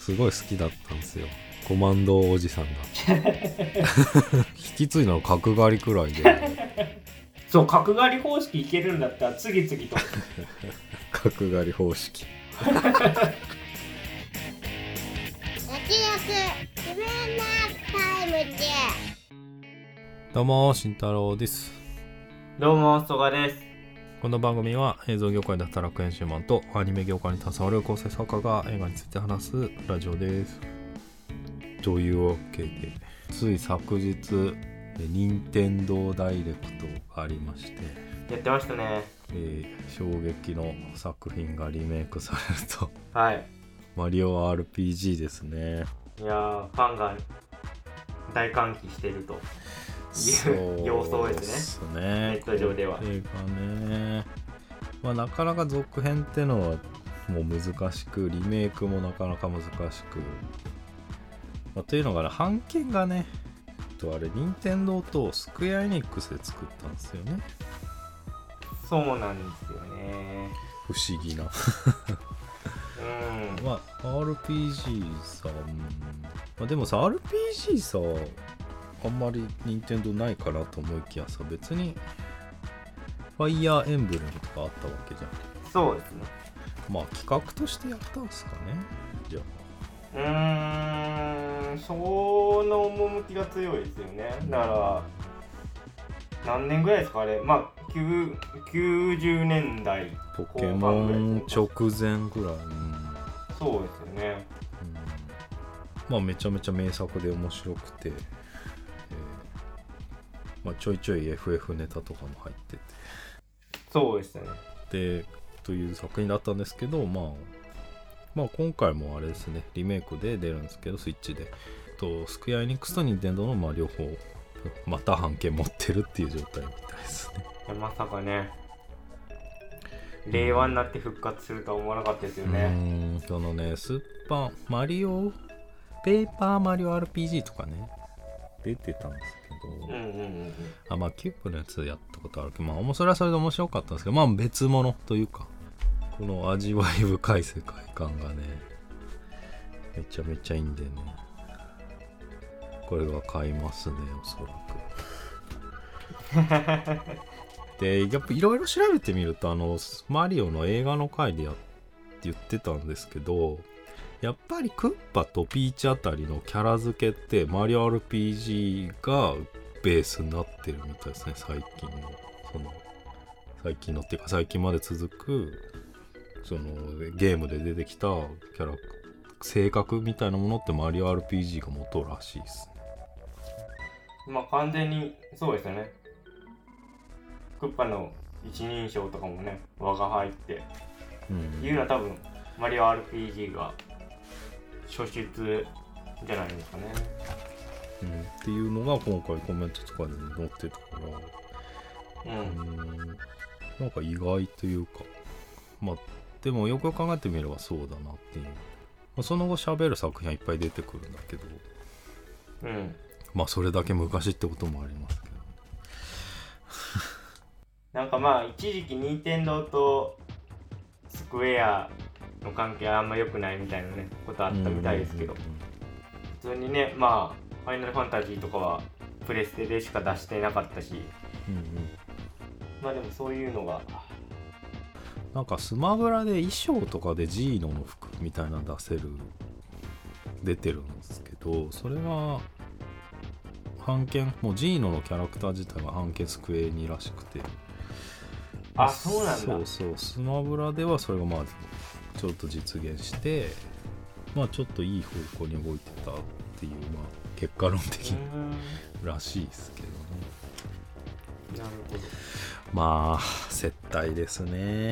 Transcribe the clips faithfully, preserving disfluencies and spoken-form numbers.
すごい好きだったんですよ。コマンドおじさんが引き継いだの角刈りくらいでそう角刈り方式いけるんだったら次々と角刈り方式焼き肉自分のタイム中。 どうも慎太郎です。 どうも曽我です。 この番組は映像業界で働く編集マンとアニメ業界に携わる構成作家が映画について話すラジオです。というわけでつい昨日任天堂ダイレクトがありましてやってましたね、 えー、衝撃の作品がリメイクされるとはいマリオ アールピージー ですね。 いやーファンが大歓喜してるという様相ですね。ネット上では映画ね、まあ、なかなか続編ってのはもう難しくリメイクもなかなか難しく、まあ、というのがね版権がねとあれ任天堂とスクエアエニックスで作ったんですよね。 そうなんですよね。 不思議なうんまあ アールピージー さん、まあ、でもさ アールピージー さあんまり任天堂ないかなと思いきやさ別にファイヤーエンブレムとかあったわけじゃん。 そうですね。 まあ企画としてやったんですかね。じゃうーんその趣が強いですよね。だから何年ぐらいですかあれ。まあきゅうきゅうじゅうねんだいポケモン直前ぐらい、うん、 そうですよね、 うん、まあめちゃめちゃ名作で面白くて、えーまあ、ちょいちょい エフエフ ネタとかも入っててそうですね。 でという作品だったんですけど、まあ、まあ今回もあれですねリメイクで出るんですけどスイッチでとスクエアエニックスと任天堂のまあ両方また版権持ってるっていう状態みたいですね。 まさかね令和になって復活するとは思わなかったですよね。 うーんそのねスーパーマリオペーパーマリオ アールピージー とかね出てたんですけど、 うんうんうんうん、 あまあキューブのやつやったことあるけどまあそれはそれで面白かったんですけどまあ別物というかこの味わい深い世界観がねめちゃめちゃいいんでねこれは買いますねおそらくでやっぱいろいろ調べてみるとあのマリオの映画の回でやって言ってたんですけどやっぱりクッパとピーチあたりのキャラ付けってマリオ アールピージー がベースになってるみたいですね。最近のその最近のっていうか最近まで続くそのゲームで出てきたキャラ性格みたいなものってマリオ アールピージー が元らしいですね。 まあ完全にそうですよね。クッパの一人称とかもね輪が入って、うん、いうのは多分マリオ アールピージー が初出じゃないですかね、 うん、っていうのが今回コメントとかで載ってたからうん、なんか意外というかまあでもよくよく考えてみればそうだなっていう、まあ、その後喋る作品はいっぱい出てくるんだけど、うん、まあそれだけ昔ってこともありますけどなんかまあ一時期任天堂とスクエアの関係はあんま良くないみたいなねことあったみたいですけど、普通にねまあファイナルファンタジーとかはプレステでしか出してなかったし、うんうん、まあでもそういうのがなんかスマブラで衣装とかでジーノの服みたいなの出せる出てるんですけどそれは版権もうジーノのキャラクター自体は版権スクエニらしくてあそうなんだ。 そうそうスマブラではそれがまあちょっと実現してまあちょっといい方向に動いてたっていうまあ結果論的らしいですけどね。 なるほど。 まあ接待ですね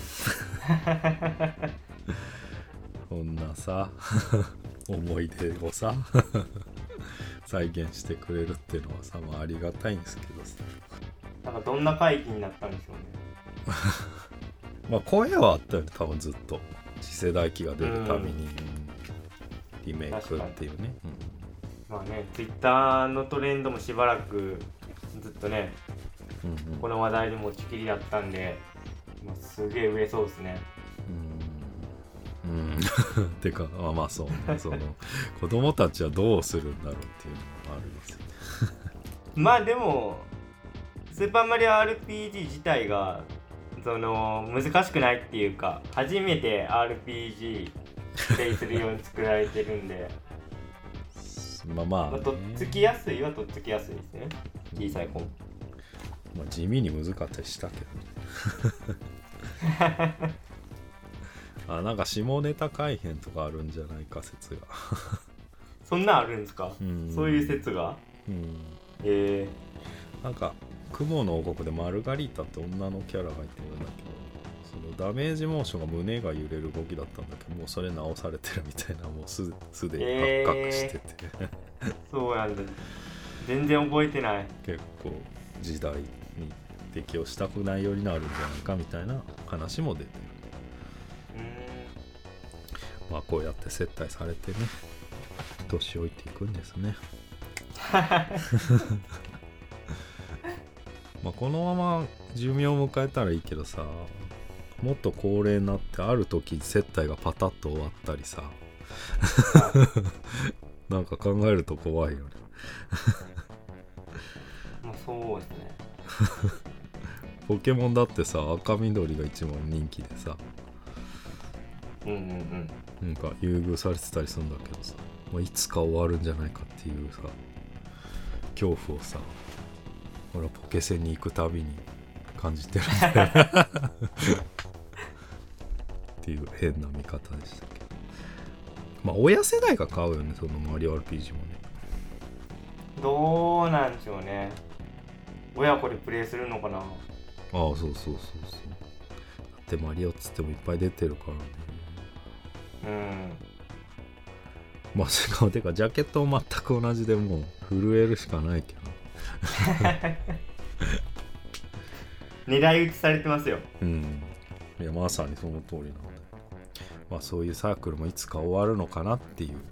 こんなさ思い出をさ再現してくれるっていうのはさ、まあ、ありがたいんですけどさなんかどんな会議になったんでしょうねまあ声はあったよね多分ずっと次世代機が出るたびに、うん、リメイクっていうね、 うん、まあねツイッターのトレンドもしばらくずっとね、うんうん、この話題で持ちきりだったんで、まあ、すげえ売れそうですね。 うん、うんてかあまあそうねその子供たちはどうするんだろうっていうのもあるんですよねまあでもスーパーマリオ アールピージー 自体がその難しくないっていうか初めて アールピージー プレイするように作られてるんでまあまあ、ね、 まあ、とっつきやすいはとっつきやすいですね小さい子、 まあ、地味に難かったりしたけどねあなんか下ネタ改変とかあるんじゃないか説がそんなんあるんですか、 うん、 そういう説が、 うん、 えー、なんか雲の王国でマルガリータって女のキャラがいてるんだけどそのダメージモーションが胸が揺れる動きだったんだけどもうそれ直されてるみたいなもう す, すでに発覚してて、えー、そうなんだ全然覚えてない結構時代に適応したくないようになるんじゃないかみたいな話も出てるうーんまあこうやって接待されてね年老いていくんですねまあこのまま寿命を迎えたらいいけどさもっと高齢になってある時接待がパタッと終わったりさなんか考えると怖いよねまあそうですねポケモンだってさ赤緑が一番人気でさうんうんうんなんか優遇されてたりするんだけどさ、まあ、いつか終わるんじゃないかっていうさ恐怖をさ俺はポケセンに行くたびに感じてるんだよっていう変な見方でしたけどまあ親世代が買うよねそのマリオ アールピージー もねどうなんでしょうね親子でプレイするのかなああそうそうそうそうだってマリオっつってもいっぱい出てるからねうんまあしかもてかジャケットも全く同じでもう震えるしかないけど狙い撃ちされてますようんいやまさにその通りなのでまあそういうサークルもいつか終わるのかなっていう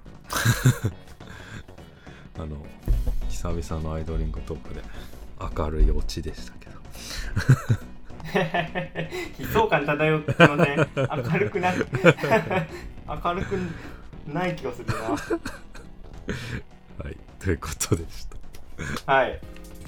あの久々のアイドリングトークで明るいオチでしたけど悲壮感漂ってません明るくない明るくない気がするなはいということでしたはい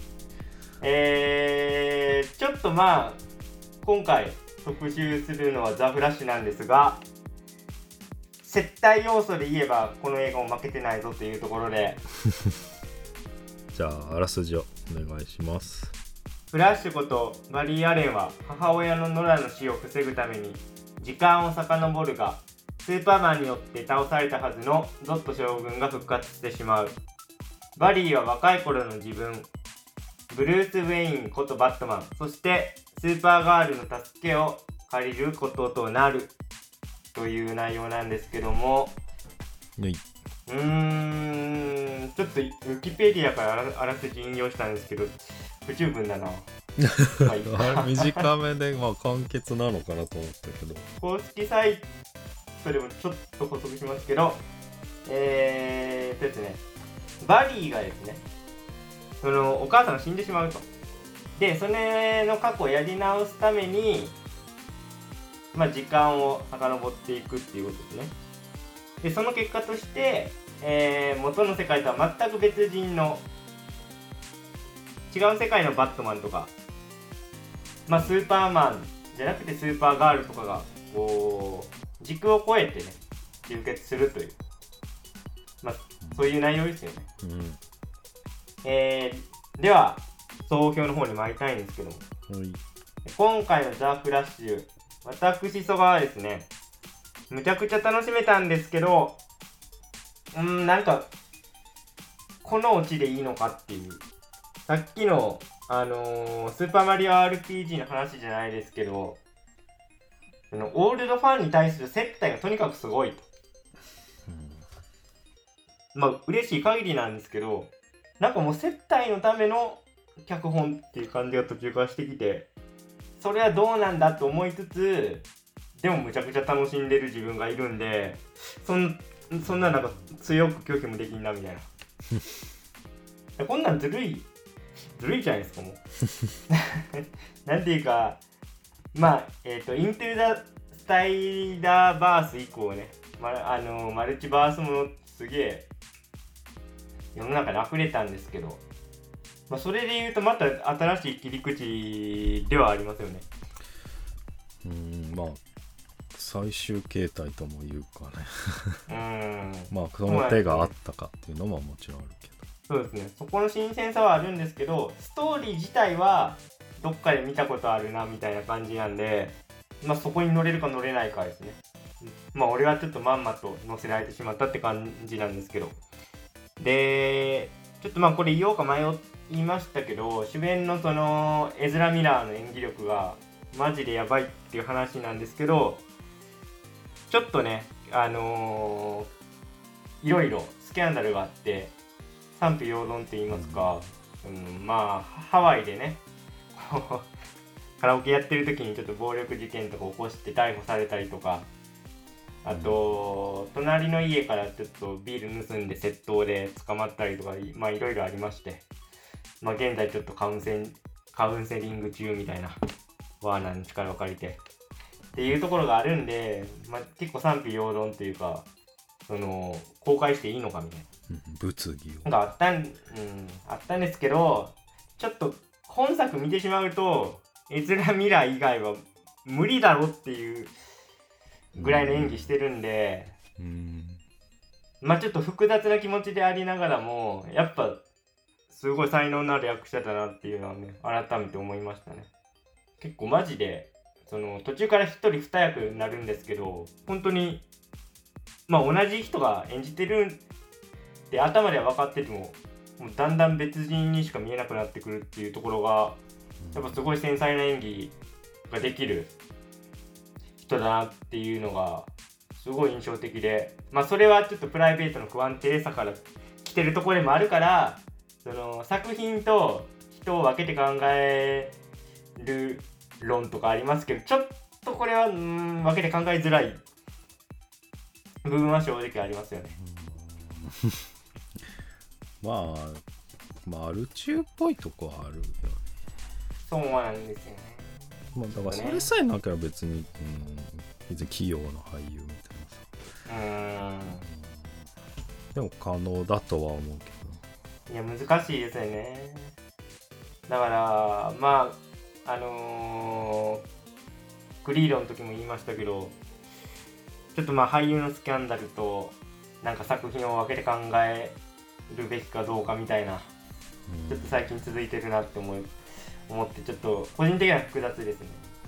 えー、ちょっとまあ今回特集するのはザ・フラッシュなんですが接待要素で言えばこの映画も負けてないぞというところでじゃああらすじをお願いします。 フラッシュことバリー・アレンは母親のノラの死を防ぐために時間を遡るがスーパーマンによって倒されたはずのゾット将軍が復活してしまう。バリーは若い頃の自分ブルース・ウェインことバットマンそしてスーパーガールの助けを借りることとなるという内容なんですけども、 はいうーんちょっとウィキペディアからあらあらすじ引用したんですけど不十分だなあれ短めでまあ簡潔なのかなと思ったけど公式サイトでもちょっと補足しますけどえーっとですねバリーがですねそのお母さんが死んでしまうとでそれの過去をやり直すためにまあ時間を遡っていくっていうことですねでその結果として、えー、元の世界とは全く別人の違う世界のバットマンとかまあスーパーマンじゃなくてスーパーガールとかがこう軸を超えてね集結するというまあそういう内容ですよね、 うんえー、では総評の方に参りたいんですけども、 はい、 今回のザ・フラッシュ私曽我はですねむちゃくちゃ楽しめたんですけどうーんなんかこのオチでいいのかっていうさっきのあのー、スーパーマリオ アールピージー の話じゃないですけどそのオールドファンに対する接待がとにかくすごいと、うん、まあ嬉しい限りなんですけどなんかもう接待のための脚本っていう感じが途中からしてきてそれはどうなんだと思いつつでもむちゃくちゃ楽しんでる自分がいるんでそん、そんななんか強く拒否もできんなみたいなこんなんずるいずるいじゃないですかもうなんていうかまあえっ、ー、とインテルダスタイダーバース以降ねまあのマルチバースものすげえ世の中に溢れたんですけど、まあ、それで言うとまた新しい切り口ではありますよね。 うん、まあ最終形態とも言うかねうんまあその手があったかっていうのももちろんあるけど、 そうですね、そこの新鮮さはあるんですけど、ストーリー自体はどっかで見たことあるなみたいな感じなんで、まあそこに乗れるか乗れないかですね。まあ俺はちょっとまんまと乗せられてしまったって感じなんですけど、でちょっとまあこれ言おうか迷いましたけど、主演のそのエズラ・ミラーの演技力がマジでやばいっていう話なんですけど、ちょっとねあのー、いろいろスキャンダルがあって賛否両論って言いますか、うん、まあハワイでねカラオケやってる時にちょっと暴力事件とか起こして逮捕されたりとか、あと隣の家からちょっとビール盗んで窃盗で捕まったりとか、まあいろいろありまして、まあ現在ちょっとカウンセンカウンセリング中みたいな、ワーナーの力を借りてっていうところがあるんで、まあ、結構賛否両論というか、その公開していいのかみたいな、 うん、物議をなんかあったん、うん、あったんですけど、ちょっと本作見てしまうとエズラ・ミラー以外は無理だろっていうぐらいの演技してるんで、 うん、 まあちょっと複雑な気持ちでありながらも、やっぱすごい才能のある役者だなっていうのはね、改めて思いましたね。結構マジでその途中から一人二役になるんですけど、本当にまあ同じ人が演じてるって頭では分かってても、もうだんだん別人にしか見えなくなってくるっていうところがやっぱすごい繊細な演技ができる人だなっていうのがすごい印象的で、まあそれはちょっとプライベートの不安定さから来てるところでもあるから、その作品と人を分けて考える論とかありますけど、ちょっとこれはうーん分けて考えづらい部分は正直ありますよね。 まあまあアル中っぽいとこはあるよね。 そうなんですよね。 まあだからそれさえなければ別に、うん、別に器用な俳優みたいなさ、うーん、でも可能だとは思うけど、いや難しいですよね。だからまああのー、クリードの時も言いましたけど、ちょっとまあ俳優のスキャンダルとなんか作品を分けて考えるべきかどうかみたいな、うん、ちょっと最近続いてるなって思い思ってちょっと個人的には複雑ですね。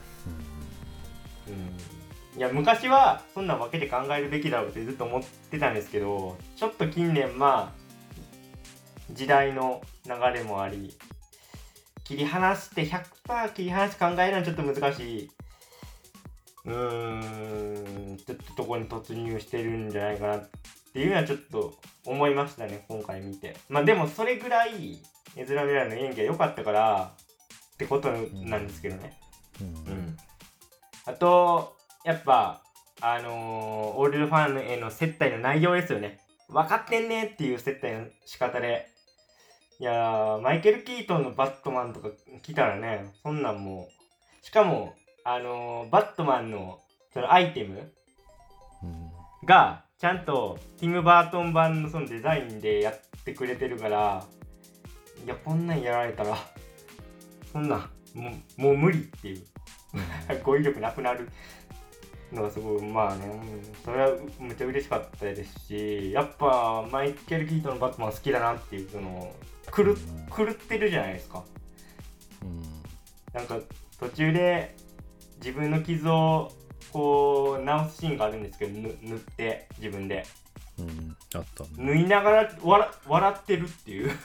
うん、いや昔はそんな分けて考えるべきだろうってずっと思ってたんですけど、ちょっと近年まあ時代の流れもあり、切り離して ひゃくパーセント 切り離して考えるのはちょっと難しい、うーんちょっととこに突入してるんじゃないかなっていうのはちょっと思いましたね、今回見て。まあでもそれぐらいエズラ・ミラーの演技が良かったからってことなんですけどね。うん、うん、あとやっぱあのー、オールドファンへの接待の内容ですよね。分かってんねっていう接待の仕方で、いやーマイケル・キートンのバットマンとか来たらね、そんなんもう、しかもあのー、バットマンのそのアイテムがちゃんとティム・バートン版のそのデザインでやってくれてるから、いやこんなんやられたらそんなもう、もう無理っていう語彙力なくなるのがすごい、まあね、それはめっちゃ嬉しかったですし、やっぱマイケル・キートンのバットマン好きだなっていう、その狂っ、狂ってるじゃないですか。なんか途中で自分の傷をこう直すシーンがあるんですけど、塗って自分で、 うん、あったね、 縫いながら笑、笑ってるっていう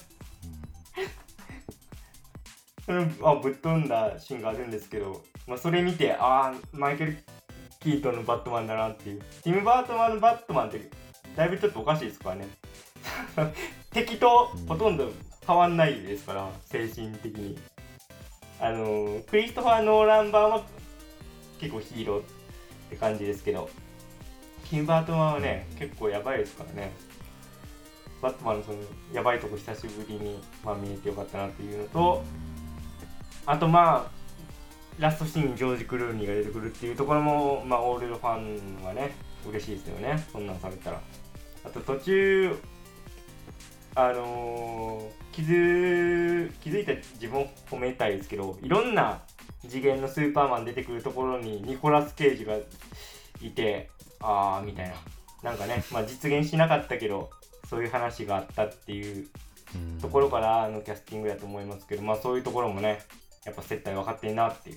それあぶっ飛んだシーンがあるんですけど、まあ、それ見て、ああマイケル・キートンのバットマンだなっていう。ティム・バートマンのバットマンってだいぶちょっとおかしいですからね敵とほとんど変わんないですから、精神的に。あのー、クリストファー・ノーラン版は結構ヒーローって感じですけど、ティム・バートマンはね結構やばいですからね。バットマンのそのやばいとこ久しぶりに、まあ、見えてよかったなっていうのと、あとまあラストシーンにジョージ・クルーニーが出てくるっていうところも、まあ、オールドファンはね嬉しいですよね、そんなんされたら。あと途中あのー、気づ気づいた自分を褒めたいですけど、いろんな次元のスーパーマン出てくるところにニコラス・ケイジがいて、あーみたいな、なんかね、まあ実現しなかったけどそういう話があったっていうところからのキャスティングだと思いますけど、まあそういうところもね、やっぱ接待分かってんなっていう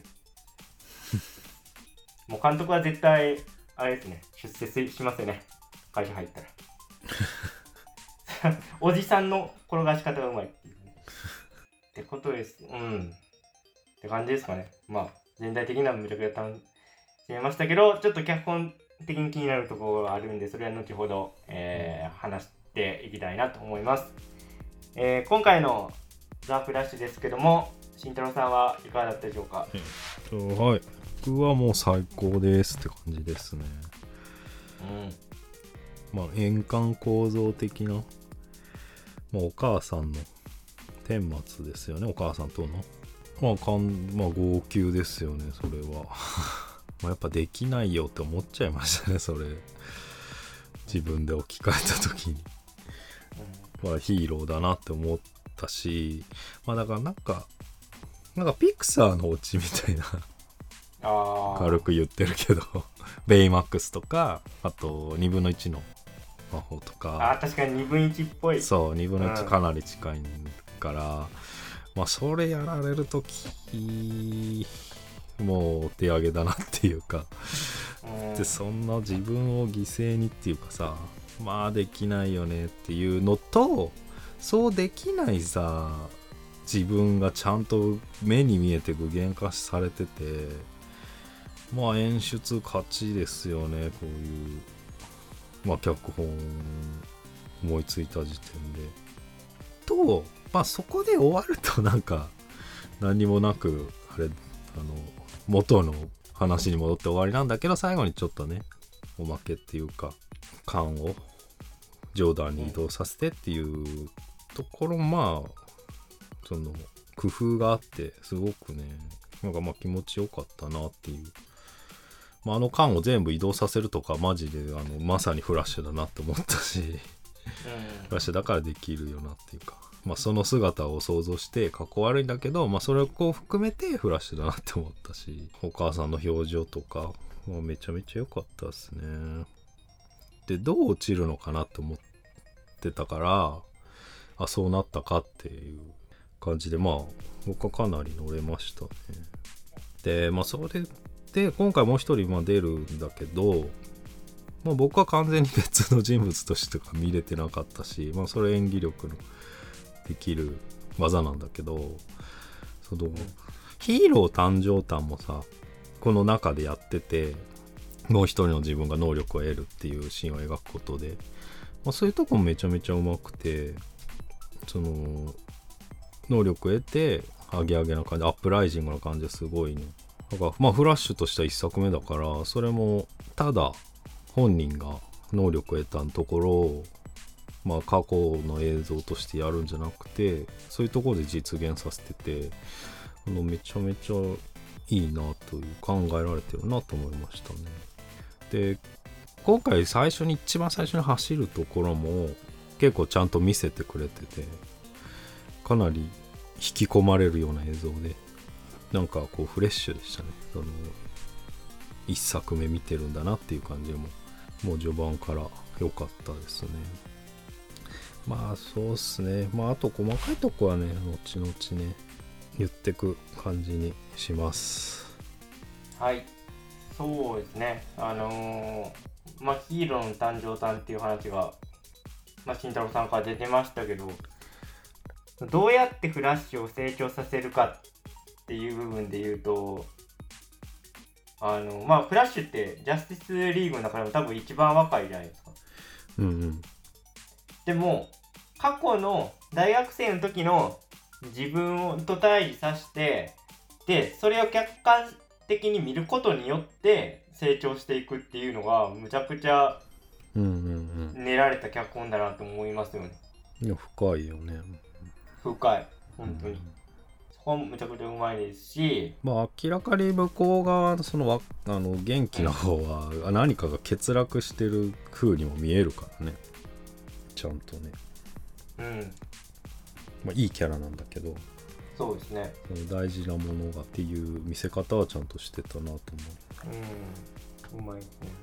もう監督は絶対あれですね、出世しますよね、会社入ったらおじさんの転がし方がうまいっていう、ね、ってことです。うんって感じですかね。まあ全体的なめちゃくちゃ楽しめましたけど、ちょっと脚本的に気になるところがあるんで、それは後ほど、えー、話していきたいなと思います。えー、今回のザ・フラッシュですけども、慎太郎さんはいかがだったでしょうか。 えっとはい、僕はもう最高ですって感じですね。うん、まあ円環構造的な、まあ、お母さんの顛末ですよね、お母さんとの。まあ、かんまあ、号泣ですよね、それは。まあやっぱできないよって思っちゃいましたね、それ。自分で置き換えた時に。まあヒーローだなって思ったし、まあだからなんか、なんかピクサーのオチみたいな。 あ軽く言ってるけど、ベイマックスとか、あとにぶんのいちの魔法とか。 あ、確かににぶんいちっぽい。 そう、にぶんのいちかなり近いから、うん、まあそれやられるときもう手上げだなっていうか、うん、でそんな自分を犠牲にっていうかさ、まあできないよねっていうのと、そうできないさ自分がちゃんと目に見えて具現化されてて、まあ演出勝ちですよね、こういうまあ脚本思いついた時点で。とまあそこで終わるとなんか何もなくあれ、あの元の話に戻って終わりなんだけど、最後にちょっとねおまけっていうか缶をジョーダンに移動させてっていうところ、まあその工夫があってすごくね、なんかまあ気持ちよかったなっていう。まあ、あの缶を全部移動させるとかマジであのまさにフラッシュだなって思ったし、うん、フラッシュだからできるよなっていうか、まあ、その姿を想像してかっこ悪いんだけど、まあ、それをこう含めてフラッシュだなって思ったし、お母さんの表情とか、まあ、めちゃめちゃ良かったですね。でどう落ちるのかなって思ってたから、あそうなったかっていう感じで、まあ僕はかなり乗れましたね。でまあそれで今回もう一人まあ出るんだけど、まあ、僕は完全に別の人物としてか見れてなかったし、まあ、それ演技力のできる技なんだけど、そのヒーロー誕生誕もさこの中でやってて、もう一人の自分が能力を得るっていうシーンを描くことで、まあ、そういうとこもめちゃめちゃうまくて、その能力を得てアゲアゲな感じ、アップライジングな感じですごいね。だからまあフラッシュとしてはいっさくめだから、それもただ本人が能力を得たところをまあ過去の映像としてやるんじゃなくて、そういうところで実現させてて、あのめちゃめちゃいいなという考えられてるなと思いましたね。で今回最初に一番最初に走るところも結構ちゃんと見せてくれてて、かなり引き込まれるような映像で、なんかこうフレッシュでしたね。その一作目見てるんだなっていう感じももう序盤から良かったですね。まあそうっすね。まああと細かいとこはね後々ね言ってく感じにします。 はい、そうですね。あのー、まあヒーローの誕生誕っていう話がまあ慎太郎さんから出てましたけど、どうやってフラッシュを成長させるかっていう部分で言うと、あのまあフラッシュってジャスティスリーグの中でも多分一番若いじゃないですか。 うんうん。 でも過去の大学生の時の自分と対峙させて、でそれを客観的に見ることによって成長していくっていうのがむちゃくちゃ練られた脚本だなと思いますよね。 いや深いよね。 深い本当に、うん、 ここめちゃくちゃうまいですし、 まあ明らかに向こう側のそのわあの元気の方は何かが欠落してる風にも見えるからね、ちゃんとね。 うん、 まあいいキャラなんだけど、 そうですね。 その大事なものがっていう見せ方はちゃんとしてたなと思うん、うまいですね。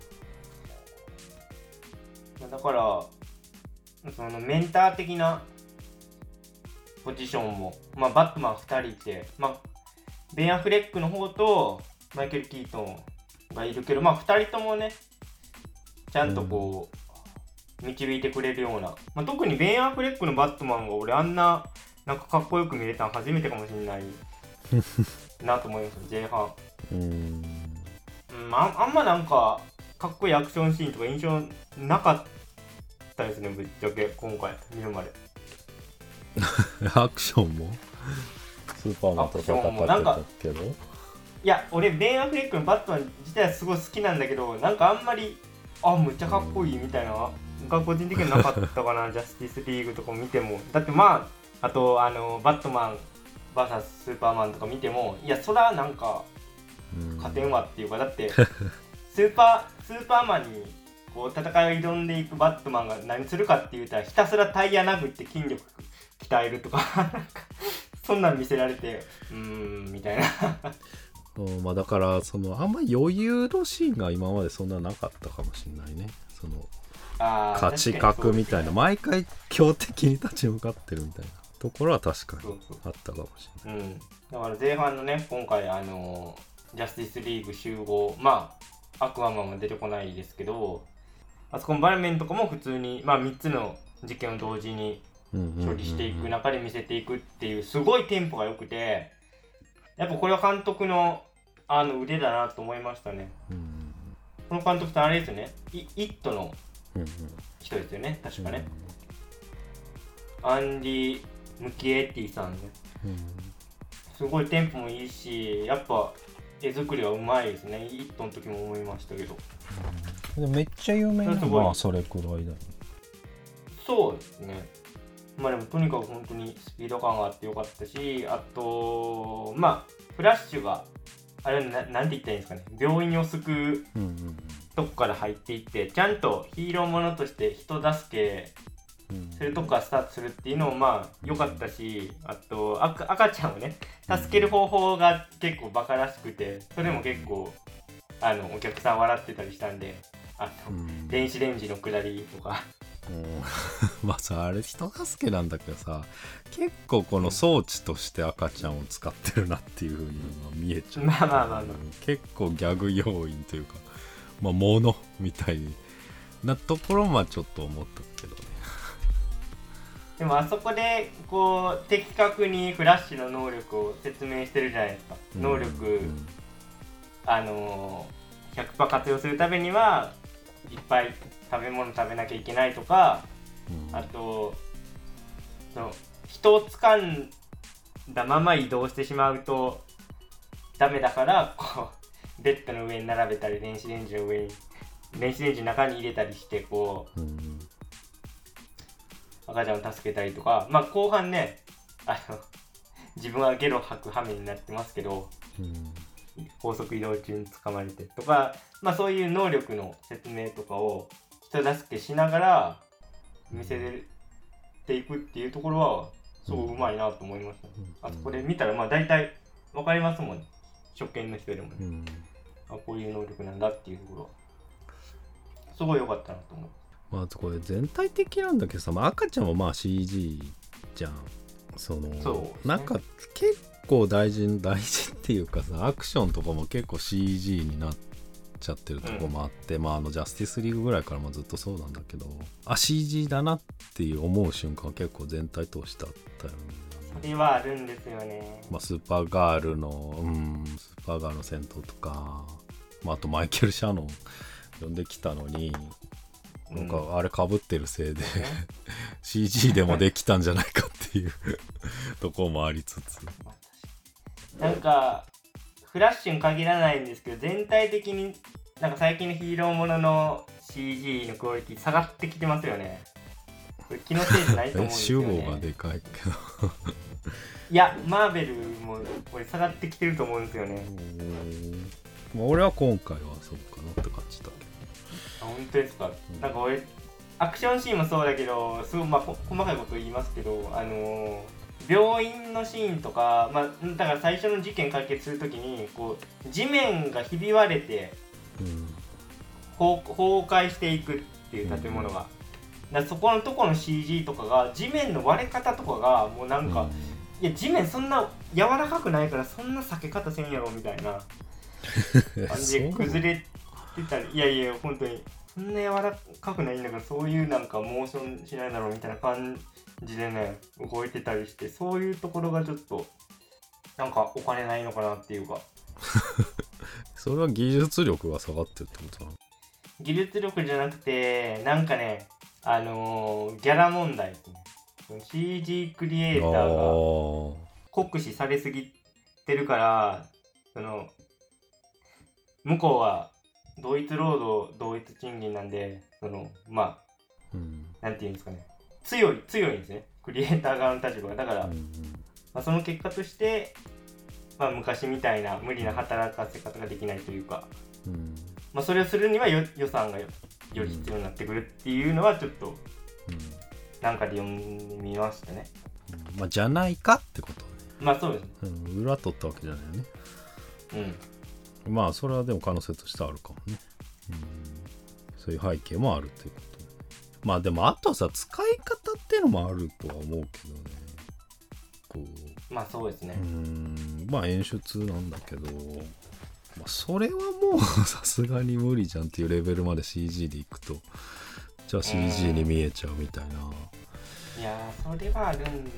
だからそのメンター的なポジションも、まあ、バットマンふたりいて、まあ、ベン・アフレックの方とマイケル・キートンがいるけど、まあ、ふたりともねちゃんとこう、うん、導いてくれるような、まあ、特にベン・アフレックのバットマンが俺あんななんかかっこよく見れたの初めてかもしれないなと思います前半。 う。うん、 うん、あ, あんまなんかかっこいいアクションシーンとか印象なかったですね、ぶっちゃけ今回見るまで。 アクションもスーパーマンと戦ってたけど、 いや俺ベン・アフレックのバットマン自体はすごい好きなんだけど、なんかあんまりあむっちゃかっこいいみたいなのが個人的になかったかなジャスティスリーグとか見ても。だってまああとあのバットマン ブイエス スーパーマンとか見ても、いやそらなんか勝てんわっていうか、だってスーパースーパーマンにこう戦いを挑んでいくバットマンが何するかって言ったらひたすらタイヤ殴って筋力鍛えるとかなんかそんなん見せられてうーんみたいなうん、まあだからそのあんまり余裕のシーンが今までそんななかったかもしれないね。そのあ勝ち確みたいな、毎回強敵に立ち向かってるみたいなところは確かにあったかもしれない。 うん、だから前半のね今回あのジャスティスリーグ集合、まあアクアマンは出てこないですけど、あそこの場面とかも普通に、まあ、みっつの事件を同時に処理していく中で見せていくっていうすごいテンポが良くて、やっぱこれは監督のあの腕だなと思いましたね。 うん、 この監督ってあれですよね、イットの人ですよね、確かね、うん、アンディ・ムキエッティさんね、うん、すごいテンポもいいし、やっぱ絵作りはうまいですね。イットの時も思いましたけど、 うん、めっちゃ有名なのはそれくらいだよね。 そうですね。まあでもとにかく本当にスピード感があってよかったし、あとまあフラッシュがあれ な, なんて言ったらいいんですかね、病院を救うとこから入っていって、ちゃんとヒーローものとして人助けするとこからスタートするっていうのもまあ良かったし、あと赤, 赤ちゃんをね助ける方法が結構バカらしくて、それも結構あのお客さん笑ってたりしたんで、あと電子レンジの下りとかうん、まあさあれ人助けなんだけどさ、結構この装置として赤ちゃんを使ってるなっていう風に見えちゃう。 まあまあまあまあ、 結構ギャグ要因というか、まあ物みたいなところはちょっと思ったけどね。 でもあそこでこう的確にフラッシュの能力を説明してるじゃないですか。能力、うん、あのー、ひゃくパーセント 活用するためにはいっぱい食べ物食べなきゃいけないとか、うん、あとその人を掴んだまま移動してしまうとダメだから、こうベッドの上に並べたり電子レンジの上に電子レンジの中に入れたりしてこう、うん、赤ちゃんを助けたりとか、まあ後半ねあの自分はゲロ吐く羽目になってますけど、うん、高速移動中に捕まれてとか、まあそういう能力の説明とかを人助けしながら見せていくっていうところはすごいうまいなと思いました、うん、あそこで見たらまあ大体分かりますもんね、初見の人でもね、うん、あこういう能力なんだっていうところはすごい良かったなと思う。 まあこれ全体的なんだけどさ、まあ、赤ちゃんもまあ シージー じゃん。そのそう、ね、なんか結構大事大事っていうかさ、アクションとかも結構 シージー になってちゃってるとこもあって、うん、まああのジャスティスリーグぐらいからもずっとそうなんだけど、あ シージー だなっていう思う瞬間は結構全体通してあったよね。 それはあるんですよね。 まあスーパーガールのうんスーパーガールの戦闘とか、まあ、あとマイケル・シャノン呼んできたのに、うん、なんかあれ被ってるせいで、うん、シージー でもできたんじゃないかっていうとこもありつつ、 なんかフラッシュに限らないんですけど、全体的になんか最近のヒーローものの シージー のクオリティ下がってきてますよね。 これ気のせいじゃないと思うんですよね。 主語がでかいけどいやマーベルもこれ下がってきてると思うんですよね。 まあ、俺は今回はそうかなって感じだけど。 あ、本当ですか、うん、なんか俺アクションシーンもそうだけどすごい、まあ、細かいこと言いますけど、あのー、病院のシーンとか、まあ、だから最初の事件解決するときにこう地面がひび割れて、うん、崩壊していくっていう建物が、うん、だそこのとこの シージー とかが地面の割れ方とかがもうなんか、うん、いや地面そんな柔らかくないからそんな避け方せんやろみたいな感じで崩れてたりいやいや本当にそんな柔らかくないんだからそういうなんかモーションしないだろうみたいな感じでね動いてたりして、そういうところがちょっとなんかお金ないのかなっていうかそれは技術力が下がってるってことなの？ 技術力じゃなくてなんかねあのー、ギャラ問題ですね。シージー クリエイターが酷使されすぎてるからその向こうは同一労働同一賃金なんでそのまあ、うん、なんていうんですかね強い強いんですねクリエイター側の立場がだから、うんうんまあ、その結果として、まあ、昔みたいな無理な働かせ方ができないというか、うんまあ、それをするにはよ予算が よ, より必要になってくるっていうのはちょっと、うん、なんかで読んでみましたね、 うんまあ、じゃないかってことね。 まあそうです、 うん、裏取ったわけじゃないよね。 うんまあそれはでも可能性としてあるかもね、うん、そういう背景もあるっていうこと。まあでもあとはさ使い方っていうのもあるとは思うけどね。こうまあそうですね。 うんまあ演出なんだけど、まあ、それはもうさすがに無理じゃんっていうレベルまで シージー でいくとじゃあ シージー に見えちゃうみたいな。 いやそれはあるんですよ。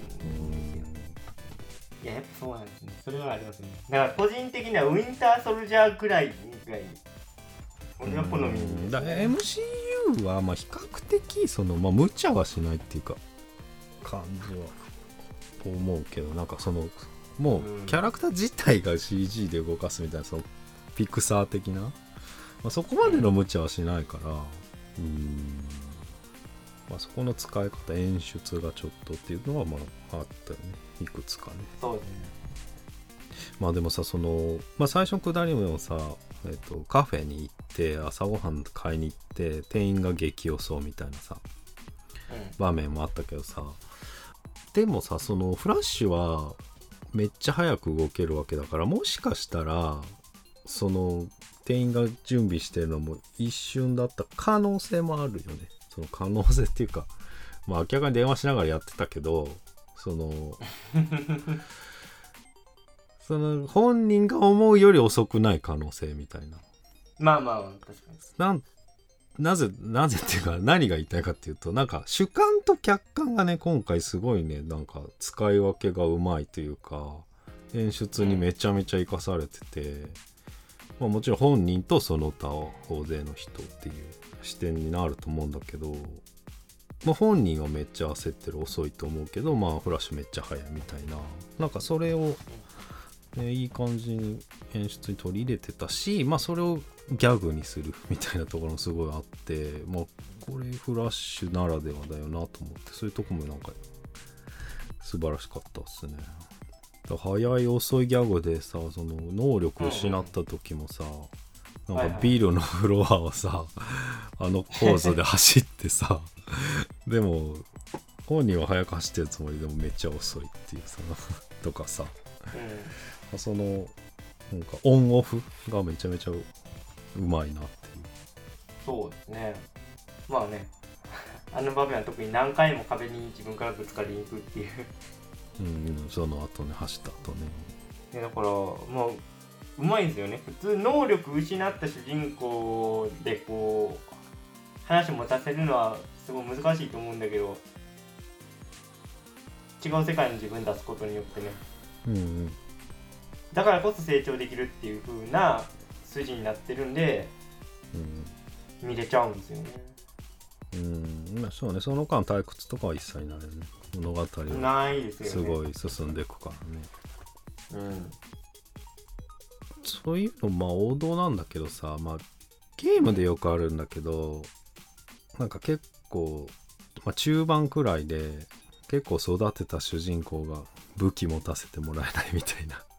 いややっぱそうなんですね。それはありますね。だから個人的にはウィンターソルジャーくらいがいい。俺は好みに。 だ エムシーユー はまあ比較的そのまあ無茶はしないっていうか感じはと思うけど、なんかそのもうキャラクター自体が シージー で動かすみたいなそのピクサー的な、まあ、そこまでの無茶はしないから、うん、まあ、そこの使い方演出がちょっとっていうのはまああったよね、いくつかね。 そうですね。 まあでもさその、まあ、最初のくだりもさ、えっと、カフェに行って朝ごはん買いに行って店員が激予想みたいなさ、うん、場面もあったけどさ、でもさそのフラッシュはめっちゃ早く動けるわけだから、もしかしたらその店員が準備してるのも一瞬だった可能性もあるよね。その可能性っていうか、まあ明らかに電話しながらやってたけど、そのその本人が思うより遅くない可能性みたいな。 まあまあ確かに。 なんなぜなぜっていうか何が言いたいかっていうと、なんか主観と客観がね今回すごいねなんか使い分けがうまいというか演出にめちゃめちゃ生かされてて、うんまあ、もちろん本人とその他大勢の人っていう視点になると思うんだけど、まあ、本人はめっちゃ焦ってる遅いと思うけど、まあフラッシュめっちゃ早いみたいな、なんかそれを、ね、いい感じに演出に取り入れてたし、まあそれをギャグにするみたいなところもすごいあって、まあこれフラッシュならではだよなと思って、そういうとこもなんか素晴らしかったっすね。早い遅いギャグでさ、その能力を失った時もさ、うん、なんかビルのフロアをさ、あのコースで走ってさでも本人は速く走ってるつもりでもめっちゃ遅いっていうさとかさ、うん、そのなんかオンオフがめちゃめちゃうまいなっていう。 そうですね。まあねあの場面は特に何回も壁に自分からぶつかりに行くっていううん、その後ね走った後ね。 だからまあうまいんですよね。普通能力失った主人公でこう話を持たせるのはすごい難しいと思うんだけど、違う世界の自分出すことによってね、うんうん、だからこそ成長できるっていう風な筋になってるんで、うん、見れちゃうんですよね。 うんまあ、そうね、その間退屈とかは一切ないよね。物語はすごい進んでいくからね。うん、そういうのまあ王道なんだけどさ、まあゲームでよくあるんだけど、なんか結構まあ、中盤くらいで結構育てた主人公が武器持たせてもらえないみたいな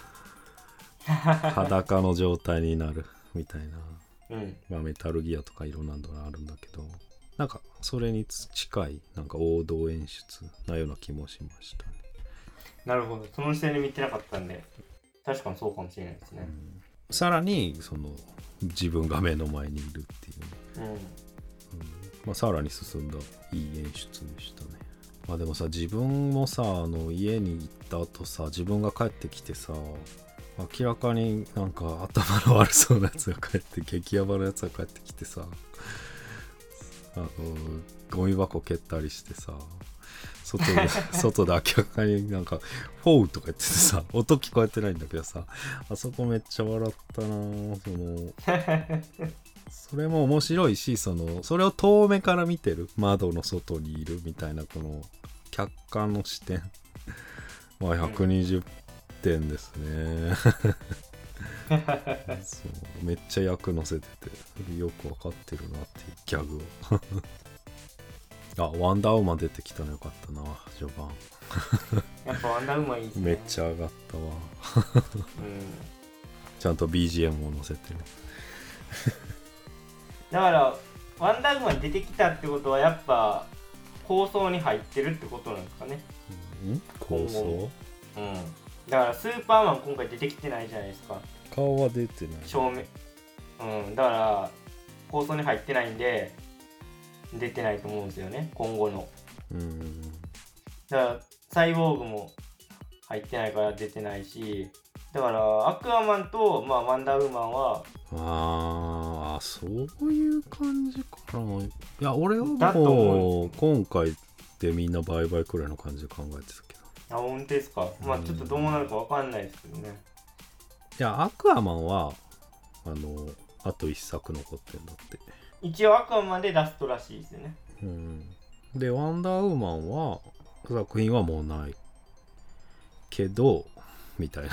裸の状態になるみたいな、 うんまあ、メタルギアとかいろんなのがあるんだけど、なんかそれに近いなんか王道演出なような気もしましたね。 なるほど、その視点で見てなかったんで確かにそうかもしれないですね、 うん、さらにその自分が目の前にいるっていう、 うんうん、まあ、さらに進んだいい演出でしたね。まあでもさ、自分もさ、あの家に行った後さ、自分が帰ってきてさ、明らかになんか頭の悪そうなやつが帰って激ヤバなやつが帰ってきてさ、あのゴミ箱蹴ったりしてさ、外で外で明らかになんかフォーとか言っててさ、音聞こえてないんだけどさ、あそこめっちゃ笑ったな。そのそれも面白いし、そのそれを遠目から見てる、窓の外にいるみたいなこの客観の視点まあひゃくにじゅってんですねそうめっちゃ役乗せててよくわかってるなっていうギャグをあ、ワンダーウーマン出てきたのよかったな、序盤やっぱワンダーウーマンいいですね。 めっちゃ上がったわうん、 ちゃんと ビージーエム も載せてるだからワンダーウーマン出てきたってことはやっぱ構想に入ってるってことなんですかね。 ん構想、 うん、だからスーパーマン今回出てきてないじゃないですか。 顔は出てない正面、うん、だから構想に入ってないんで出てないと思うんですよね、今後の。 うんだからサイボーグも入ってないから出てないし、だからアクアマンと、まあ、ワンダーウーマンはああ、そういう感じかな。いや、俺はだと思もう今回でみんなバイバイくらいの感じで考えてたけど。 あ、本当ですか。まあちょっとどうなるかわかんないですけどね。 いや、アクアマンはあのあと一作残ってんだって。 一応アクアマンでラストらしいですよね。 うん。で、ワンダーウーマンは作品はもうないけどみたいな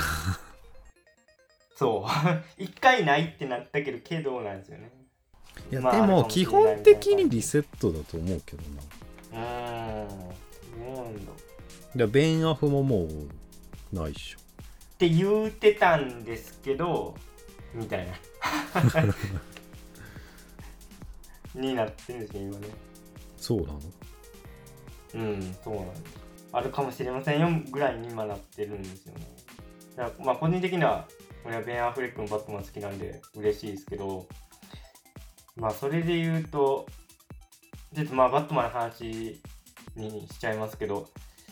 そう一回ないってなったけどけどなんですよね。 いや、 まあ、 でも基本的にリセットだと思うけどな。 うーん、そうなんだ。 いや、ベンアフももうないっしょって言うてたんですけどみたいなになってるんですね今ね。 そうなの？ うん、そうなんです。あるかもしれませんよぐらいに今なってるんですよね。だからまあ個人的には俺はベン・アフレックのバットマン好きなんで嬉しいですけど、まあそれで言うとちょっとまあバットマンの話にしちゃいますけど、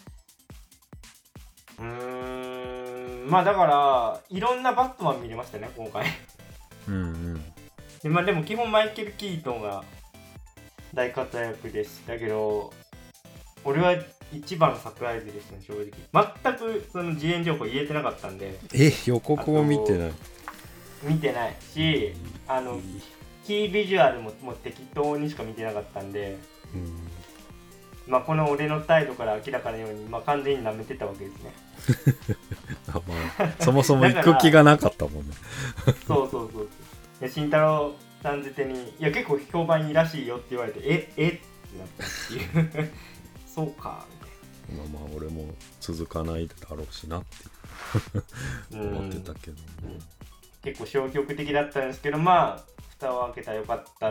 うーん、まあだからいろんなバットマン見れましたね今回うんうんで、まあ、でも基本マイケル・キートンが大活躍でしたけど、俺は一番サプライズですね正直。全くその自演情報言えてなかったんで。 え、予告も見てない？ 見てないし、あのキービジュアルももう適当にしか見てなかったんで、 うん、 まあこの俺の態度から明らかなように、まあ、完全に舐めてたわけですねあ、まあ、そもそも行く気がなかったもんねそうそうそう。で慎太郎さんづてにいや結構評判いいらしいよって言われて、ええってなったっていうそうかみたいな。 まあまあ俺も続かないだろうしなって思ってたけど、 うんうん、結構消極的だったんですけど、まあ蓋を開けたらよかった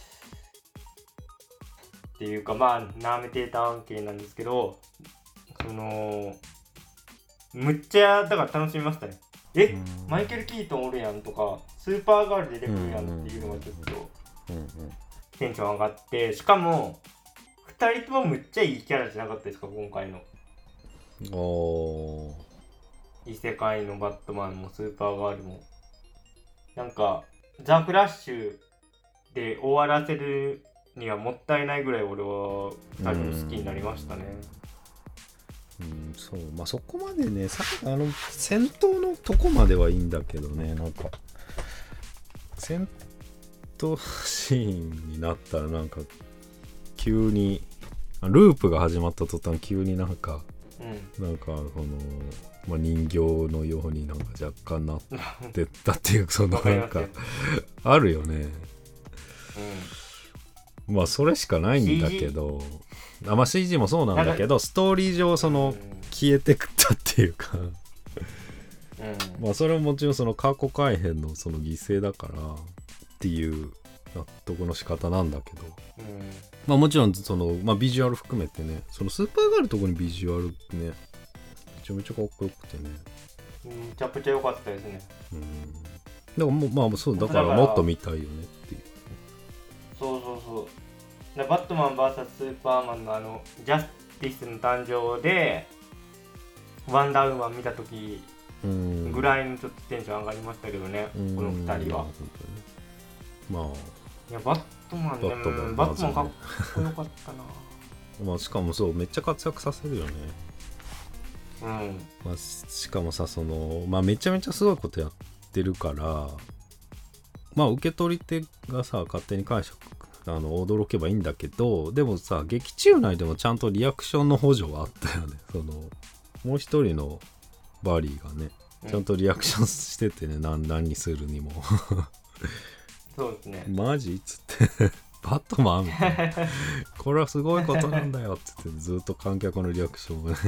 っていうか、まあ舐めてた案件なんですけど、そのむっちゃだから楽しみましたね。え、うん、マイケル・キートンおるやんとかスーパーガール出てくるやんっていうのがちょっとテンション上がって、しかもふたりともむっちゃいいキャラじゃなかったですか今回の。 お異世界のバットマンもスーパーガールもなんかザ・フラッシュで終わらせるにはもったいないぐらい俺はふたりも好きになりましたね。 うん、そう、まあそこまでね、さあの戦闘のとこまではいいんだけどね、なんか戦闘シーンになったらなんか急にループが始まった途端急になんか、うん、なんかその、まあ、人形のようになんか若干なってったっていうそのなんかあるよね。 まあそれしかないんだけど、あまあ シージー もそうなんだけどストーリー上その消えてくったっていうかうん、まあそれはもちろんその過去改変のその犠牲だからっていう納得の仕方なんだけど、うん、まあもちろんその、まあ、ビジュアル含めてね、そのスーパーガールのとこにビジュアルねめちゃめちゃかっこよくてね、 めちゃくちゃ良かったですね。うん、 だからもうまあそうだからもっと見たいよねっていう。 そうそうそう。バットマン ブイエス スーパーマンのあのジャスティスの誕生でワンダーウーマン見た時ぐらいのちょっとテンション上がりましたけどね、このふたりは。 まあいやバットマンでもバットマンかっこよかったなまあしかもそうめっちゃ活躍させるよね。 うんまあ、しかもさそのまあめちゃめちゃすごいことやってるからまあ受け取り手がさ勝手に解釈あの驚けばいいんだけど、でもさ劇中内でもちゃんとリアクションの補助はあったよね。そのもう一人のバリーがねちゃんとリアクションしててね、うん、何, 何にするにもそうですねマジっつってバットマンみたいなこれはすごいことなんだよっつってずっと観客のリアクションをね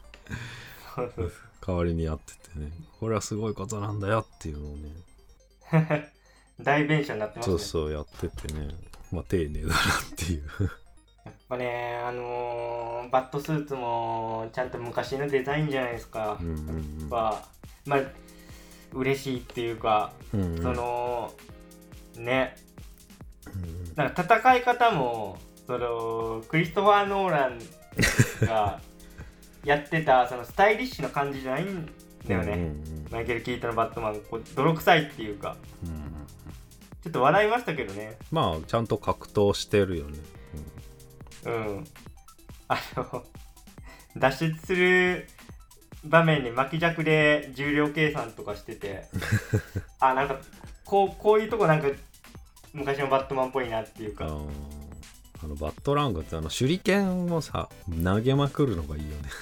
代わりにやっててね、これはすごいことなんだよっていうのをね大弁償になってますね。 そうそうやっててね、まあ丁寧だなっていうやっぱねあのー、バットスーツもちゃんと昔のデザインじゃないですか、うんうんうん、やっぱまあ嬉しいっていうか、うんうん、そのね、うん、なんか戦い方もそのクリストファー・ノーランがやってたそのスタイリッシュな感じじゃないんだよね、うんうんうん、マイケル・キートのバットマンこう泥臭いっていうか、うんうん、ちょっと笑いましたけどね。 まあちゃんと格闘してるよね。 うん、うん、あの脱出する場面に巻き尺で重量計算とかしててあなんかこうこういうとこなんか昔のバットマンっぽいなっていうか、ああのバットラングってあの手裏剣をさ投げまくるのがいいよね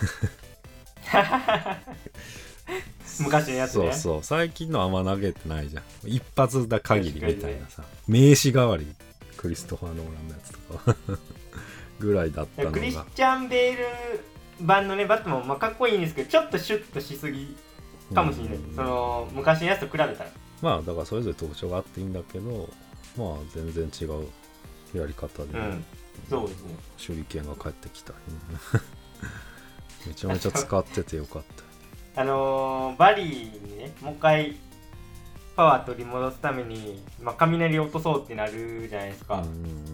昔のやつね。 そうそう最近のあんま投げてないじゃん、一発だ限りみたいなさ、ね、名刺代わりクリストファー・ノーランのやつとかぐらいだったのがクリスチャン・ベール版のねバットマンもまあかっこいいんですけどちょっとシュッとしすぎかもしれない、その昔のやつと比べたらまあだからそれぞれ特徴があっていいんだけどまあ全然違うやり方で、ねうん、そうですね手裏剣が帰ってきためちゃめちゃ使っててよかったあのー、バリーにねもう一回パワー取り戻すために、まあ、雷落とそうってなるじゃないですか、うんうんうん、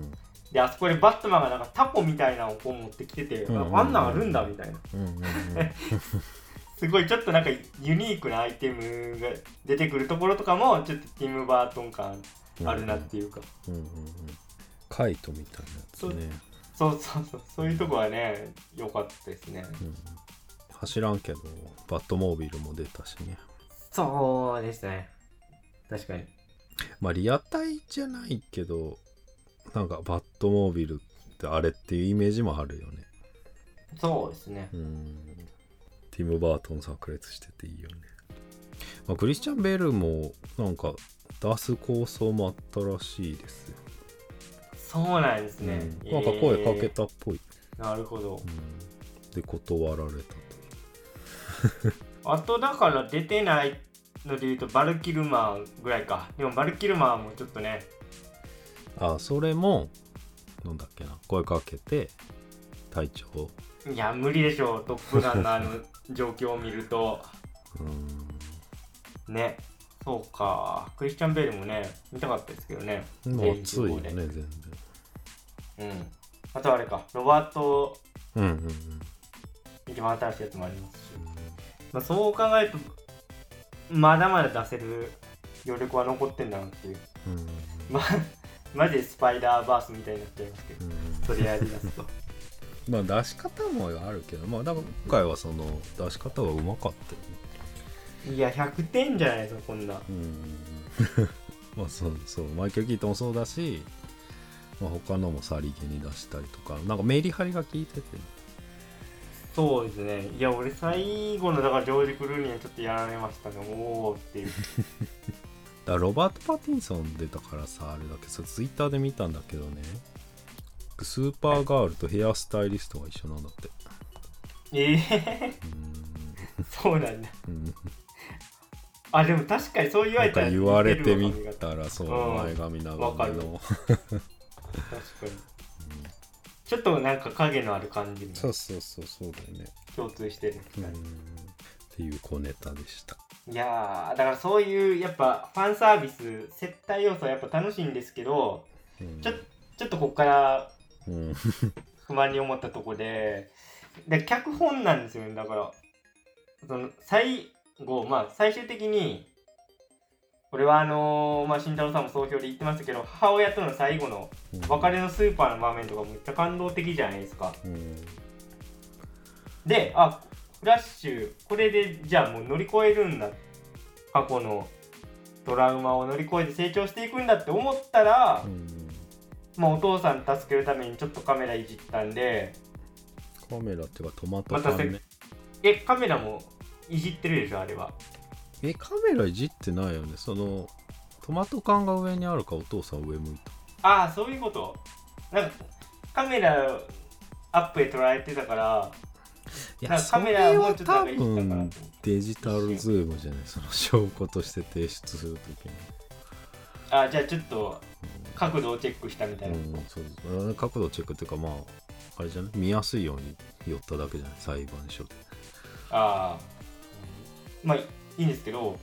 であそこでバットマンがなんかタコみたいなのをこう持ってきてて、うんうんうん、あんなんあるんだみたいな、うんうんうん、すごいちょっとなんかユニークなアイテムが出てくるところとかもちょっとティム・バートン感あるなっていうか、うんうんうんうん、 カイトみたいなやつね。 そうそうそうそういうとこはね良かったですね、うん、 走らんけどバットモービルも出たしね。 そうですね確かに。 まあリアタイじゃないけどなんかバットモービルってあれっていうイメージもあるよね。 そうですね。 うん。ティム・バートン炸裂してていいよね。まあ、クリスチャン・ベールもなんか出す構想もあったらしいですよ。 そうなんですね、 うん、なんか声かけたっぽい、 えー、なるほど、うん、 で断られたとあとだから出てないので言うとバルキルマーぐらいか。でもバルキルマーもちょっとねあそれもなんだっけな声かけて隊長いや無理でしょうトップガンのあの状況を見るとうんねそうかクリスチャン・ベールもね見たかったですけどね。 もう熱いよね全然。 うんあとあれかロバートうんうんうん一番新しいやつもありますし、うんまあ、そう考えるとまだまだ出せる余力は残ってんだなっていう、うん、まあマジでスパイダーバースみたいになっちゃいますけど、うん、それやりだすとまあ出し方もあるけどまあだから今回はその出し方はうまかったよね。 いやひゃくてんじゃないですかこんな。 うんまあそうそうマイケル・キートンもそうだし、まあ、他のもさりげに出したりとかなんかメリハリが効いてて、ね、 そうですね。いや俺最後のだからジョージ・クルーニーはちょっとやられましたね。おおっていうだからロバート・パティンソン出たからさあれだけどツイッターで見たんだけどねスーパーガールとヘアスタイリストが一緒なんだって。 ええー、そうなんだ、 うん、 あでも確かにそう言われたら言われてみたらそう、うん、前髪長めの確かに、うん、ちょっとなんか影のある感じもそうそうそうそうだよね、 共通してる、 うん、っていう小ネタでした。 いやーだからそういうやっぱファンサービス接待要素はやっぱ楽しいんですけど、うん、ちょ, ちょっとここから、うん、不満に思ったとこでで脚本なんですよね。だからその最後まあ最終的にこれはあのー、まあ慎太郎さんも総評で言ってましたけど、母親との最後の別れのスーパーの場面とかめっちゃ感動的じゃないですか、うん、であフラッシュこれでじゃあもう乗り越えるんだ、過去のトラウマを乗り越えて成長していくんだって思ったら、うん、まあお父さん助けるためにちょっとカメラいじったんで、 カメラっていうかトマト缶ね、 ま、えカメラもいじってるでしょあれは。 えカメラいじってないよね。そのトマト缶が上にあるかお父さん上向いた。ああそういうこと。なんかカメラアップで捉えてたから、 いやカメラもうちょっとなんかいじったから。デジタルズームじゃない、その証拠として提出するときに。 あじゃあちょっと角度をチェックしたみたいな、うん、 そう角度チェックっていうかまああれじゃない、見やすいように寄っただけじゃない、裁判所で。 ああまあいいんですけど、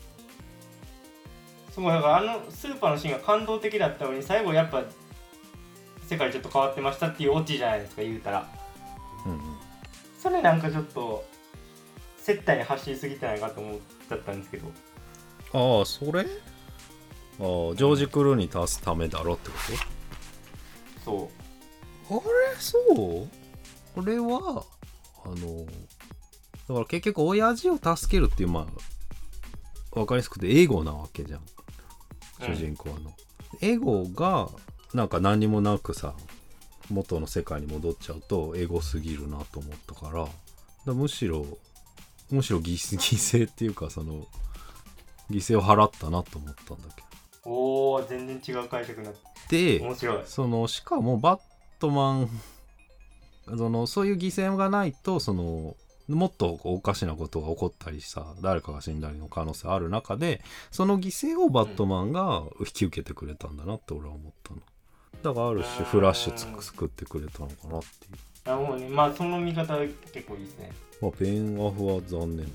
そうだからあのスーパーのシーンが感動的だったのに最後やっぱ世界ちょっと変わってましたっていうオチじゃないですか言うたら、うんうん、それなんかちょっと接待に走りすぎてないかと思っちゃったんですけど。 ああそれああジョージ・クルーに足すためだろってこと。 そうあれそうこれはあのだから結局親父を助けるっていうまあ分かりやすくてエゴなわけじゃん主人公の、うん、エゴがなんか何もなくさ元の世界に戻っちゃうとエゴすぎるなと思ったから、だむしろむしろ 犠, 犠牲っていうかその犠牲を払ったなと思ったんだけど。おー全然違う解釈になって面白い。 そのしかもバットマンそのそういう犠牲がないとそのもっとおかしなことが起こったりさ誰かが死んだりの可能性ある中でその犠牲をバットマンが引き受けてくれたんだなって俺は思ったの。だからある種フラッシュ作ってくれたのかなっていう。 なるほどね。まあその見方結構いいですね。 まあベン・アフは残念だ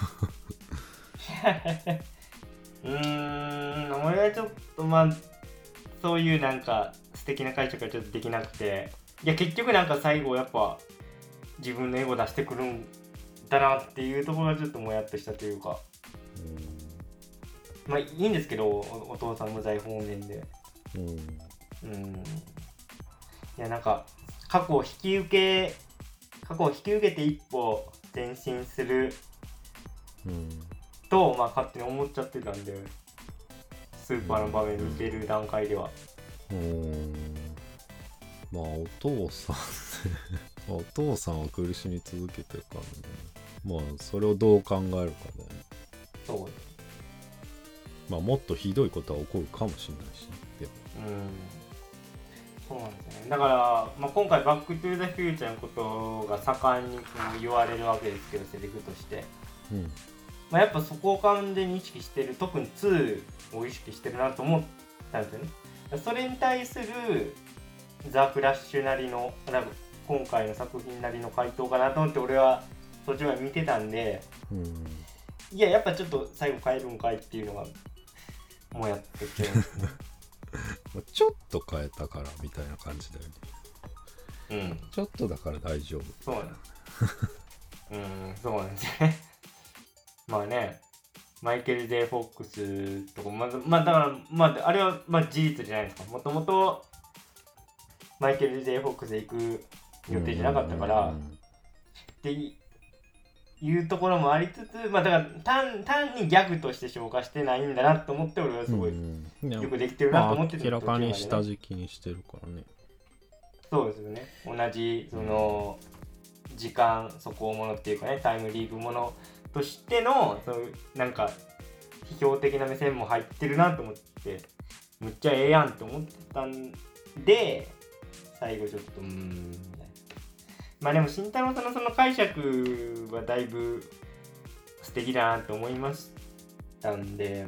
けどうーん俺はちょっとまあそういうなんか素敵な解釈がちょっとできなくて、いや結局なんか最後やっぱ自分のエゴ出してくるんだなっていうところがちょっともやっとしたというか、うんまあいいんですけど お, お父さん無罪方面で、うん、うんいやなんか過去を引き受け過去を引き受けて一歩前進する、うん、とまあ勝手に思っちゃってたんでスーパーの場面見てる段階では、うん、 まあお父さんお父さんは苦しみ続けてるからね。まあそれをどう考えるかだよね。 そうまあもっとひどいことは起こるかもしれないしね。でもうんそうなんですね。だから、まあ、今回バックトゥーザフューチャーのことが盛んに言われるわけですけどセリフとして、うんまあ、やっぱそこを完全に意識してる、特にツーを意識してるなと思ったんですよね。それに対するザ・フラッシュなりの今回の作品なりの回答かなと思って俺はそっちまで見てたんで、うん、いややっぱちょっと最後変えるんかいっていうのがもうやってきてるんですねちょっと変えたからみたいな感じだよね。うんちょっとだから大丈夫。 そうなんうんそうなんですねまあねマイケル・ジェイ・フォックスとかまあ、まあ、だからまああれはまあ事実じゃないですか。もともとマイケル・ジェイ・フォックスで行く予定じゃなかったからっていうところもありつつ、まあだから 単, 単にギャグとして消化してないんだなと思って俺はすごいよくできてるなと思ってた、 ねまあ、明らかに下敷きにしてるからね。 そうですよね。同じその時間速報ものっていうかねタイムリープものとしてのそのなんか批評的な目線も入ってるなと思ってむっちゃええやんと思ってたんで最後ちょっとうーんみたいな。まあでも慎太郎さんのその解釈はだいぶ素敵だなと思いましたんで、うん、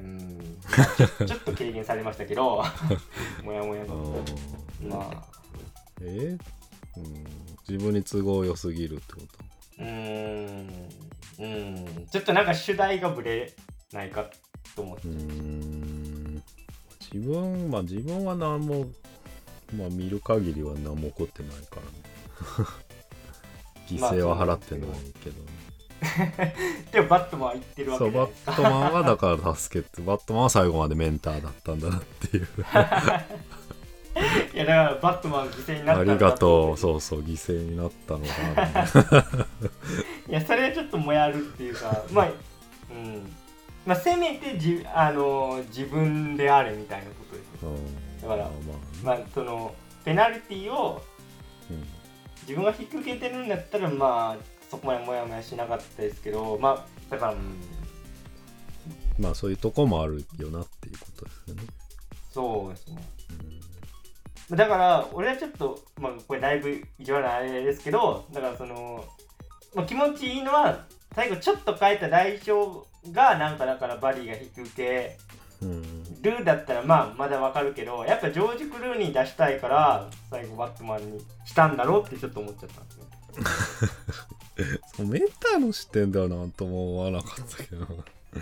まあ、ち, ょちょっと軽減されましたけどもやもやのまあえー、うん、自分に都合良すぎるってこと？ うーんうんちょっとなんか主題がぶれないかと思って。うーん自分まあ自分は何もまあ見る限りは何も起こってないからね犠牲は払ってないけどね、 まあ、でもバットマンは言ってるわけじゃないですか。 そうバットマンはだから助けてバットマンは最後までメンターだったんだなっていういやだからバットマン犠牲になったんだありがとうそうそう犠牲になったのがある、ね、 いやそれはちょっともやるっていうかまあうんまあせめてじあの自分であれみたいなことですよ、だから、まあまあ、そのペナルティーを自分が引き受けてるんだったらまあそこまでモヤモヤしなかったですけど、まあだから、うん、 まあそういうとこもあるよなっていうことですよね。 そうですね、うん、だから俺はちょっとまあこれだいぶ意地悪なあれですけど、だからその、まあ、気持ちいいのは最後ちょっと変えた代償がなんかだからバリーが引き受けルーだったらまあまだわかるけど、やっぱジョージ・クルーニー出したいから最後バットマンにしたんだろうってちょっと思っちゃったんですねそのメタの視点ではなんとも思わなかったけど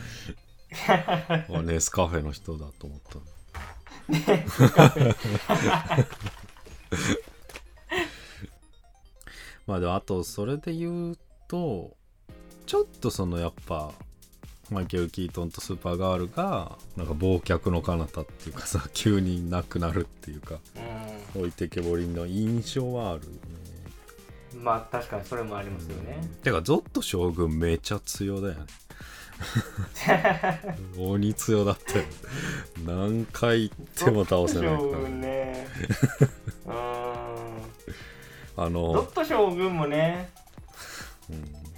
ネスカフェの人だと思ったネスカフェまあでもあとそれで言うとちょっとそのやっぱマイケル・キートンとスーパーガールがなんか忘却の彼方っていうかさ急にいなくなるっていうか、うん、置いてけぼりの印象はあるよね。 まあ確かにそれもありますよね、うん、 てかゾット将軍めちゃ強だよね鬼強だったよ何回行っても倒せないからゾット将軍ねうんあのゾット将軍もね、うん、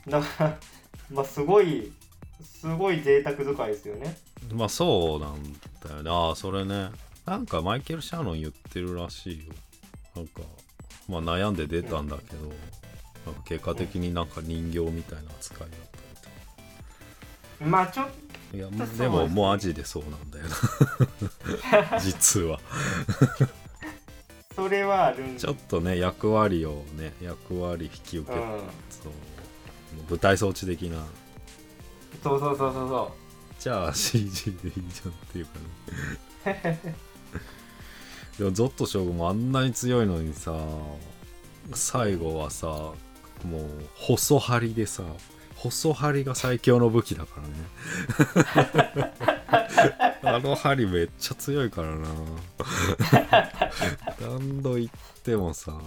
だからまあすごいすごい贅沢使いですよね。 まあそうなんだよね。ああそれねなんかマイケル・シャノン言ってるらしいよ。なんかまあ悩んで出たんだけど、うん、なんか結果的になんか人形みたいな扱いだったみたいな。 まあちょっといやでももうマジでそうなんだよな実はそれはあるんちょっとね役割をね役割引き受け、うん、そう舞台装置的なそうそうそうそうそうじゃあ シージー でいいじゃんっていうかねでもゾット将軍もあんなに強いのにさ最後はさもう細針でさ細針が最強の武器だからねあの針めっちゃ強いからな何度言ってもさ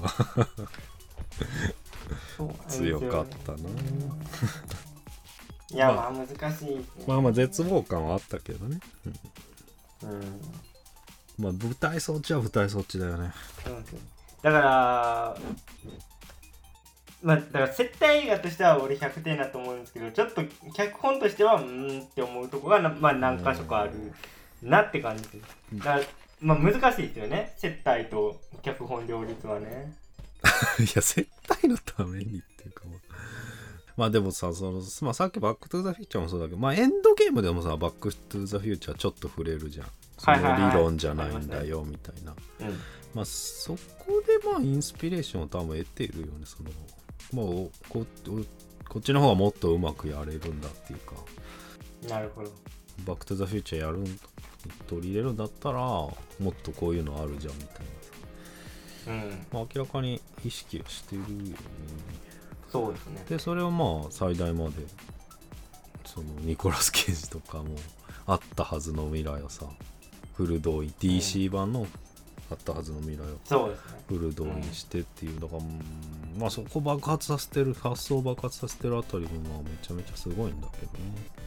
強かったな。 いやまあ難しい、ね、 まあまあ絶望感はあったけどね、 うん、 まあ舞台装置は舞台装置だよね、 うん、だからまあだから接待映画としては俺ひゃくてんだと思うんですけど、ちょっと脚本としてはうーんって思うとこがまあ何箇所かあるなって感じです。だからまあ難しいですよね接待と脚本両立はねいや接待のためにっていうかまあでもさその、まあ、さっきバックトゥーザフューチャーもそうだけど、まあエンドゲームでもさバックトゥーザフューチャーちょっと触れるじゃん。その理論じゃないんだよみたいな、はいはいはい、まあそこでまあインスピレーションを多分得ているよね。そのもう こ, こっちの方がもっとうまくやれるんだっていうか。 なるほど。 バックトゥーザフューチャーやる取り入れるんだったらもっとこういうのあるじゃんみたいなさ、うんまあ、明らかに意識はしてるよね。 そうですね。 でそれをまあ最大までそのニコラス・ケイジとかもあったはずの未来をさフル動員 ディーシー 版のあったはずの未来をフル動員してっていう、だからまあそこ爆発させてる発想を爆発させてるあたりもまあめちゃめちゃすごいんだけどね。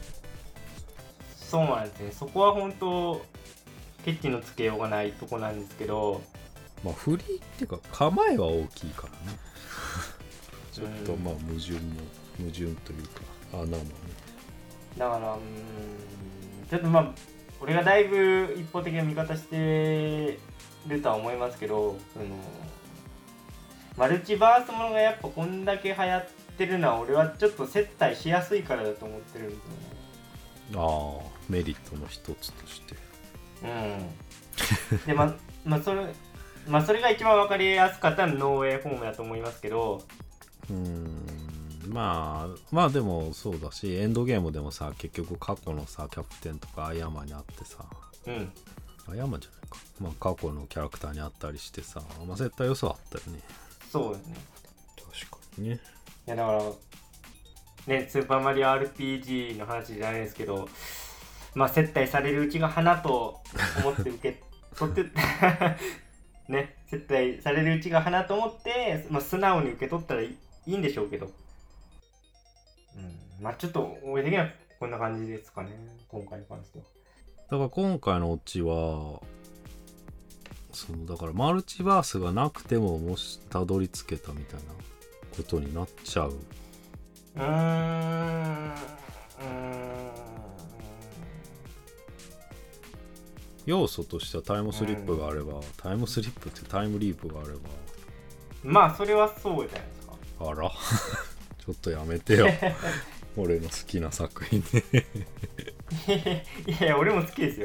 そうなんですね。そこは本当ケチのつけようがないとこなんですけど、 まあ振りっていうか構えは大きいからねちょっとまあ矛盾も矛盾というか穴もね。 だからうーんちょっとまあ俺がだいぶ一方的な見方してるとは思いますけど、そのマルチバースものがやっぱこんだけ流行ってるのは俺はちょっと接待しやすいからだと思ってるんですよね。 ああメリットの一つとしてうんでままあそれまあそれが一番分かりやすかったのはノーウェイホームだと思いますけど、 うーんまあまあでもそうだしエンドゲームでもさ結局過去のさキャプテンとかアイアンマンにあってさ、 うんアイアンマンじゃないか、まあ過去のキャラクターにあったりしてさ、まあ絶対良さあったよね。 そうですね。 確かにね。 いやだからねスーパーマリオ アールピージー の話じゃないですけど、まあ接待されるうちが花と思って受け取ってね接待されるうちが花と思って、まあ、素直に受け取ったらいい、いいんでしょうけど、うん、まあちょっと俺的にはこんな感じですかね今回に関しては。 だから今回のオチはそのだからマルチバースがなくてももしたどり着けたみたいなことになっちゃう。 うーんうーん要素としてはタイムスリップがあれば、タイムスリップってタイムリープがあれば、 まあそれはそうじゃないですか。 あらちょっとやめてよ俺の好きな作品ねいやいや俺も好きですよ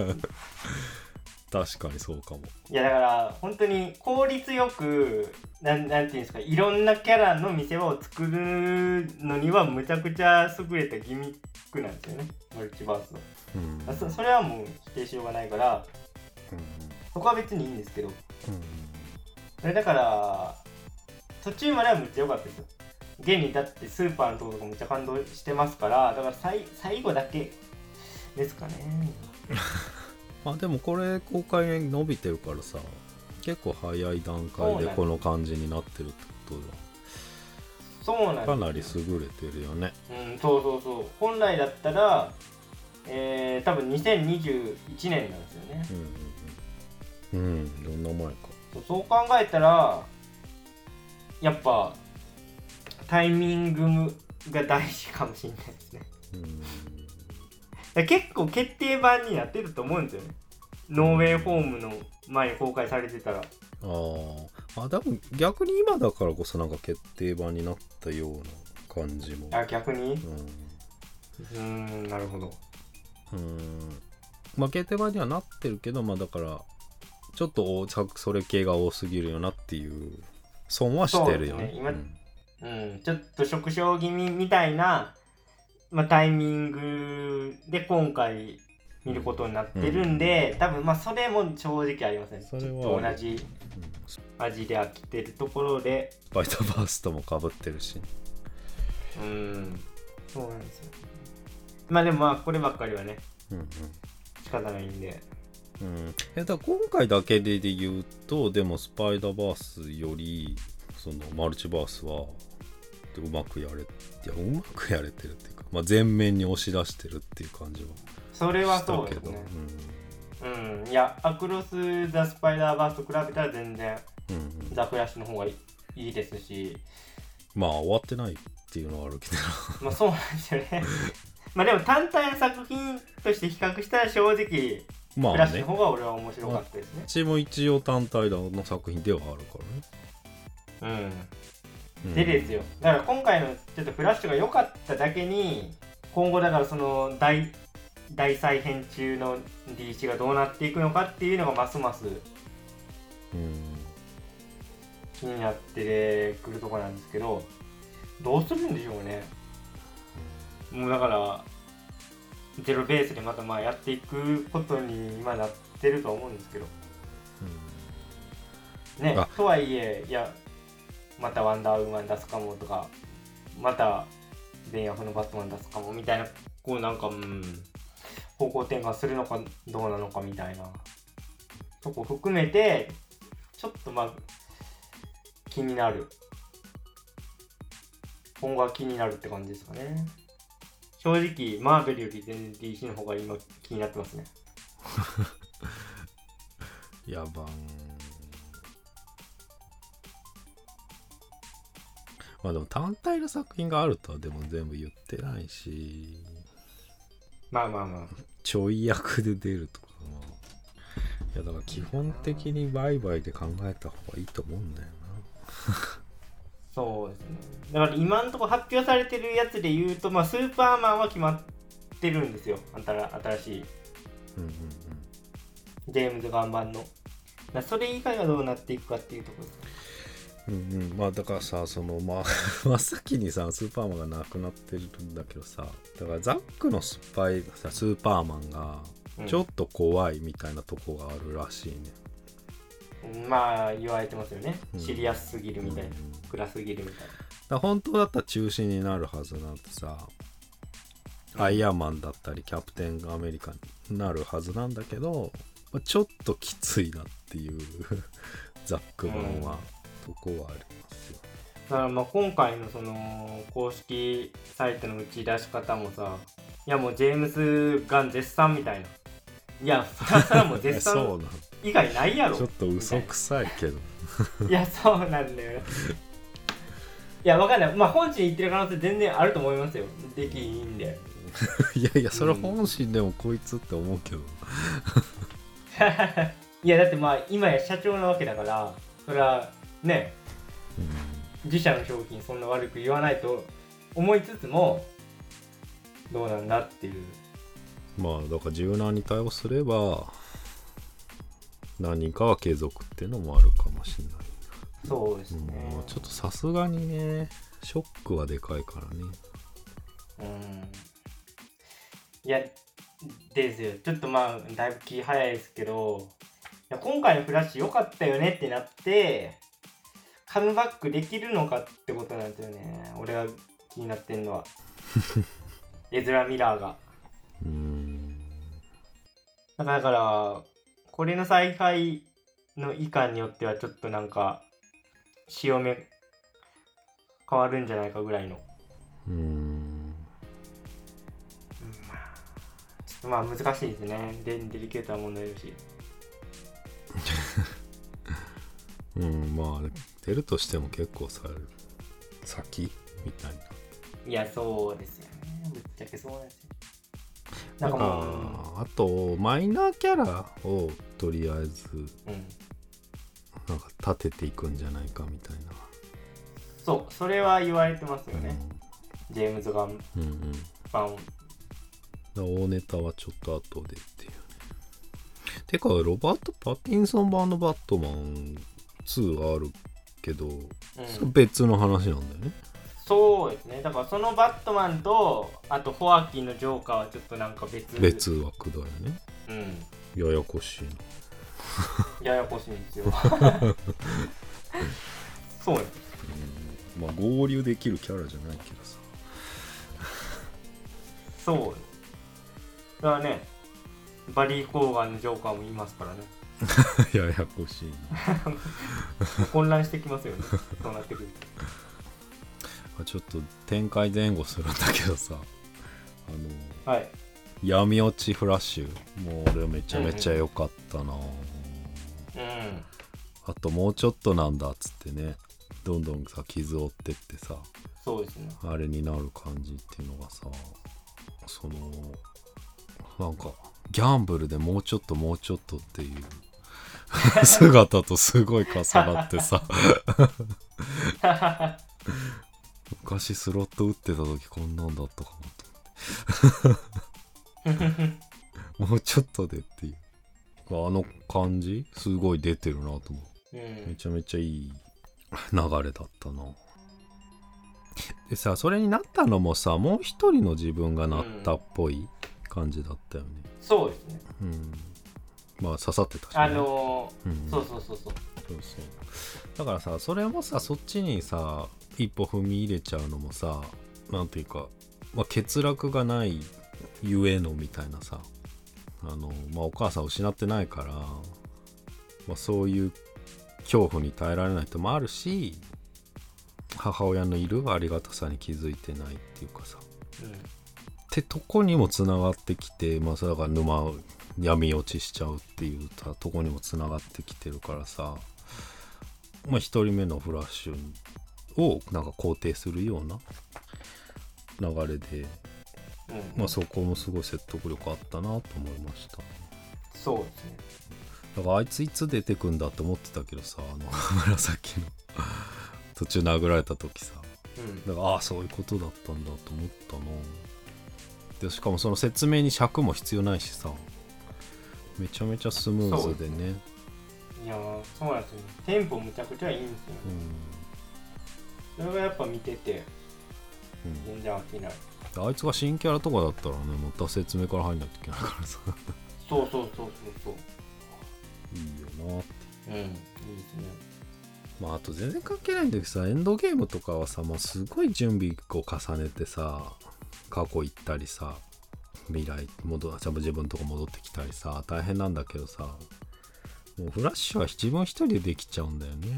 確かにそうかも。 いやだから本当に効率よくなんなんていうんですか、いろんなキャラの見せ場を作るのにはむちゃくちゃ優れたギミックなんですよねマルチバースは、 うん、 そ, それはもう否定しようがないから、 うん、 そこは別にいいんですけど、 うん、 それだから途中まではむっちゃ良かったですよ。現にだってスーパーのところとかめっちゃ感動してますから、だから最最後だけですかねまあでもこれ公開伸びてるからさ結構早い段階でこの感じになってるってことそうなんですはかなり優れてるよね。 うん、そうそうそう。本来だったら、えー、多分にせんにじゅういちねんなんですよね。 うんうんうん。うん、どんな前か。 そう、そう考えたら、やっぱタイミングが大事かもしれないですね。うん、結構決定版になってると思うんですよね。ノーウェイホームの前に公開されてたら。 ああ、多分逆に今だからこそなんか決定版になったような感じも。 あ、逆に？ うん、うーん、なるほど。 うん、まあ決定版にはなってるけど、まあだからちょっとそれ系が多すぎるよなっていう損はしてるよね。 今、うん、ちょっと縮小気味みたいな、まあ、タイミングで今回見ることになってるんで、うん、多分まあそれも正直ありません。それはちょっと同じ味で飽きてるところで、 スパイダーバースとも被ってるし、 うん、そうなんですよ。まあでもまあこればっかりはね、うんうん、仕方ないんで、 うん、えだから今回だけで言うとでもスパイダーバースよりそのマルチバースはうまくやれいやうまくやれてるっていうか、まあ、前面に押し出してるっていう感じはそれはそうですね。うん、うん、いやアクロス・ザ・スパイダーバースと比べたら全然、うんうん、ザ・フラッシュの方がいいですし、 まあ終わってないっていうのはあるけどまあそうなんですよねまあでも単体の作品として比較したら正直まあね、フラッシュの方が俺は面白かったですね。 うちも一応単体の作品ではあるからね。 うん。でですよ。だから今回のちょっとフラッシュが良かっただけに、今後だからその大大再編中の ディーシー がどうなっていくのかっていうのがますます気になってくるところなんですけど、どうするんでしょうね。もうだから。ゼロベースでまたまあやっていくことに今なってると思うんですけど、うん、ねとはいえいやまたワンダーウーマン出すかもとかまたベン・アフのバットマン出すかもみたいなこうなんか、うん、方向転換するのかどうなのかみたいなとこ含めてちょっとまあ気になる今後は気になるって感じですかね。正直マーベルより全然 ディーシー の方が今気になってますねやばん。まあでも単体の作品があるとはでも全部言ってないし、 まあまあまあちょい役で出るとか、いやだから基本的にバイバイで考えた方がいいと思うんだよそうですね。だから今のところ発表されてるやつで言うと、まあ、スーパーマンは決まってるんですよ。あんたら新しいうんうんジェームズ・ガン版の。だそれ以外はどうなっていくかっていうところです。 うんうんうん、まあだからさそのまあ真っ先にさスーパーマンがなくなってるんだけどさ、だからザックのスパイさスーパーマンがちょっと怖いみたいなとこがあるらしいね、 うん、まあ言われてますよね、 うん、 シリアスすぎるみたいな、 うん暗すぎるみたいな。 だから本当だったら中止になるはずなんてさ、うん、アイアンマンだったりキャプテンアメリカになるはずなんだけど、ちょっときついなっていうザック版は、うん、とこはありますよ。 だからまあ今回のその公式サイトの打ち出し方もさ、いやもうジェームズ・ガン絶賛みたいな、いやそれはもう絶賛以外ないやろちょっと嘘くさいけどいやそうなんだよいやわかんない、まあ本心言ってる可能性全然あると思いますよ、できいいんでいやいやそれ本心でもこいつって思うけど、うん、 いやだってまあ今や社長なわけだから、それはね、うん、自社の商品そんな悪く言わないと思いつつもどうなんだっていう。 まあだから柔軟に対応すれば何人かは継続っていうのもあるかもしれない。 そうですね、 うん、ちょっとさすがにねショックはでかいからね。 うんいやですよ、ちょっとまあだいぶ気早いですけど、いや今回のフラッシュ良かったよねってなってカムバックできるのかってことなんですよね、俺が気になってんのはエズラ・ミラーが。うーんだからだからこれの再開のいかんによってはちょっとなんか潮目変わるんじゃないかぐらいの。うーんちょっとまあ難しいですね。デ, デリケートな問題だしうんまあ出るとしても結構さ先みたいな。 いやそうですよね、ぶっちゃけそうなんですよ。 なんかもうあとマイナーキャラをとりあえず、うん、なんか立てていくんじゃないかみたいな。 そうそれは言われてますよね、うん、ジェームズガンファン、 うんうん、大ネタはちょっと後でっていうね。てかロバート・パティンソン版のバットマンツーがあるけど、うん、別の話なんだよね。 そうですね、だからそのバットマンとあとホアキンのジョーカーはちょっとなんか別別枠だよね。うんややこしいなややこしいんですよそうです、 うん、まあ合流できるキャラじゃないけどさそうだからね、バリー・コーガンのジョーカーもいますからねややこしい混乱してきますよねそうなってくるちょっと展開前後するんだけどさ、あの、はい、闇落ちフラッシュもう俺めちゃめちゃ良かったな、うんうん、あともうちょっとなんだっつってね、どんどんさ傷を負ってってさ、 そうですね、 あれになる感じっていうのがさ、そのなんかギャンブルでもうちょっともうちょっとっていう姿とすごい重なってさ昔スロット打ってた時こんなんだったかなと思ってもうちょっとでっていうあの感じすごい出てるなと思う、うん、めちゃめちゃいい流れだったな。でさそれになったのもさもう一人の自分がなったっぽい感じだったよね、 うん、そうですね、 うん、まあ刺さってたし、ね、 あのーうん、そうそうそうそうそうそうだからさそれもさそっちにさ一歩踏み入れちゃうのもさなんていうか、まあ、欠落がないゆえのみたいなさ、あの、まあ、お母さん失ってないから、まあ、そういう恐怖に耐えられない人もあるし母親のいるありがたさに気づいてないっていうかさ、うん、ってとこにもつながってきて、まあ、それだから沼闇落ちしちゃうっていうとこにもつながってきてるからさ、まあ、一人目のフラッシュをなんか肯定するような流れで、うんまあ、そこもすごい説得力あったなと思いました。 そうですね。 だからあいついつ出てくんだって思ってたけどさ、あの紫の途中殴られた時さ、 うんだからああそういうことだったんだと思ったな。でしかもその説明に尺も必要ないしさ、めちゃめちゃスムーズでね。 いやーそうなんですよね。テンポむちゃくちゃいいんですよ、 うん、 それがやっぱ見ててうん全然飽きない。 あいつが新キャラとかだったらね、また説明から入んないといけないからさそうそうそうそうそういいよなって。 うんいいですね。 まああと全然関係ないんだけどさ、エンドゲームとかはさ、もうすごい準備を重ねてさ、過去行ったりさ、未来戻ちゃんと自分のとこ戻ってきたりさ、大変なんだけどさ、もうフラッシュは自分一人でできちゃうんだよね。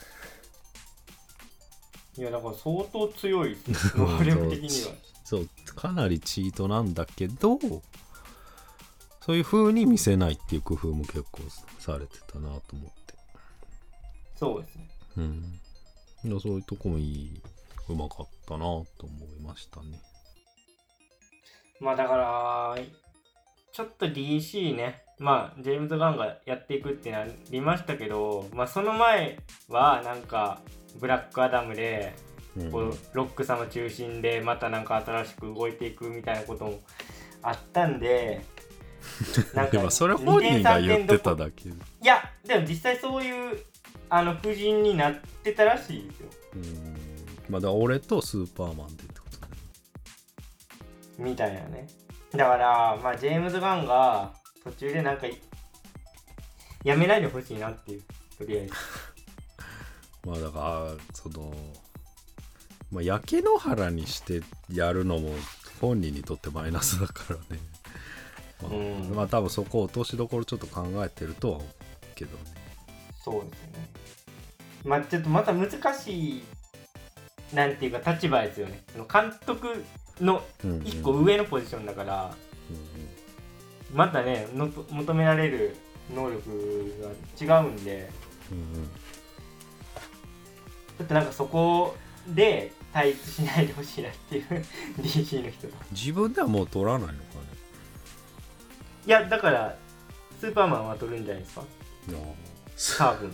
いやだから相当強いですね能力的には。 そうかなりチートなんだけど、そういう風に見せないっていう工夫も結構されてたなと思って。 そうですね。 うん。いやそういうとこもいいうまかったなと思いましたね。 まあだからちょっと ディーシー ね、まあジェームズ・ガンがやっていくってなりましたけど、まあその前はなんかブラックアダムでこうロック様中心でまたなんか新しく動いていくみたいなこともあったんでなんかでもそれ本人が言ってただけ。 いやでも実際そういうあの布陣になってたらしいですよ。 うんまあだから俺とスーパーマンでってことだねみたいなね。だからまあジェームズ・ガンが途中でなんかやめないでほしいなっていう、とりあえずまあだからそのまあ焼け野原にしてやるのも本人にとってマイナスだからね。まあ、うん、まあ多分そこ落としどころちょっと考えてるとは思うけどね。 そうですね。まあちょっとまた難しいなんていうか立場ですよね。その監督の一個上のポジションだから、うんうん、またねの求められる能力が違うんで、うんうん、ちょっとなんかそこで対立しないでほしいなっていうディーシー の人が。 自分ではもう取らないのかね。 いやだからスーパーマンは取るんじゃないですか。多分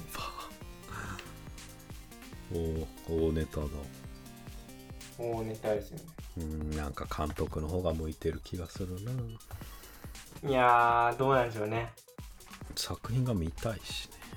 お大ネタだ。 大ネタですよね。 うんなんか監督の方が向いてる気がするな。 いやーどうなんでしょうね。 作品が見たいしね。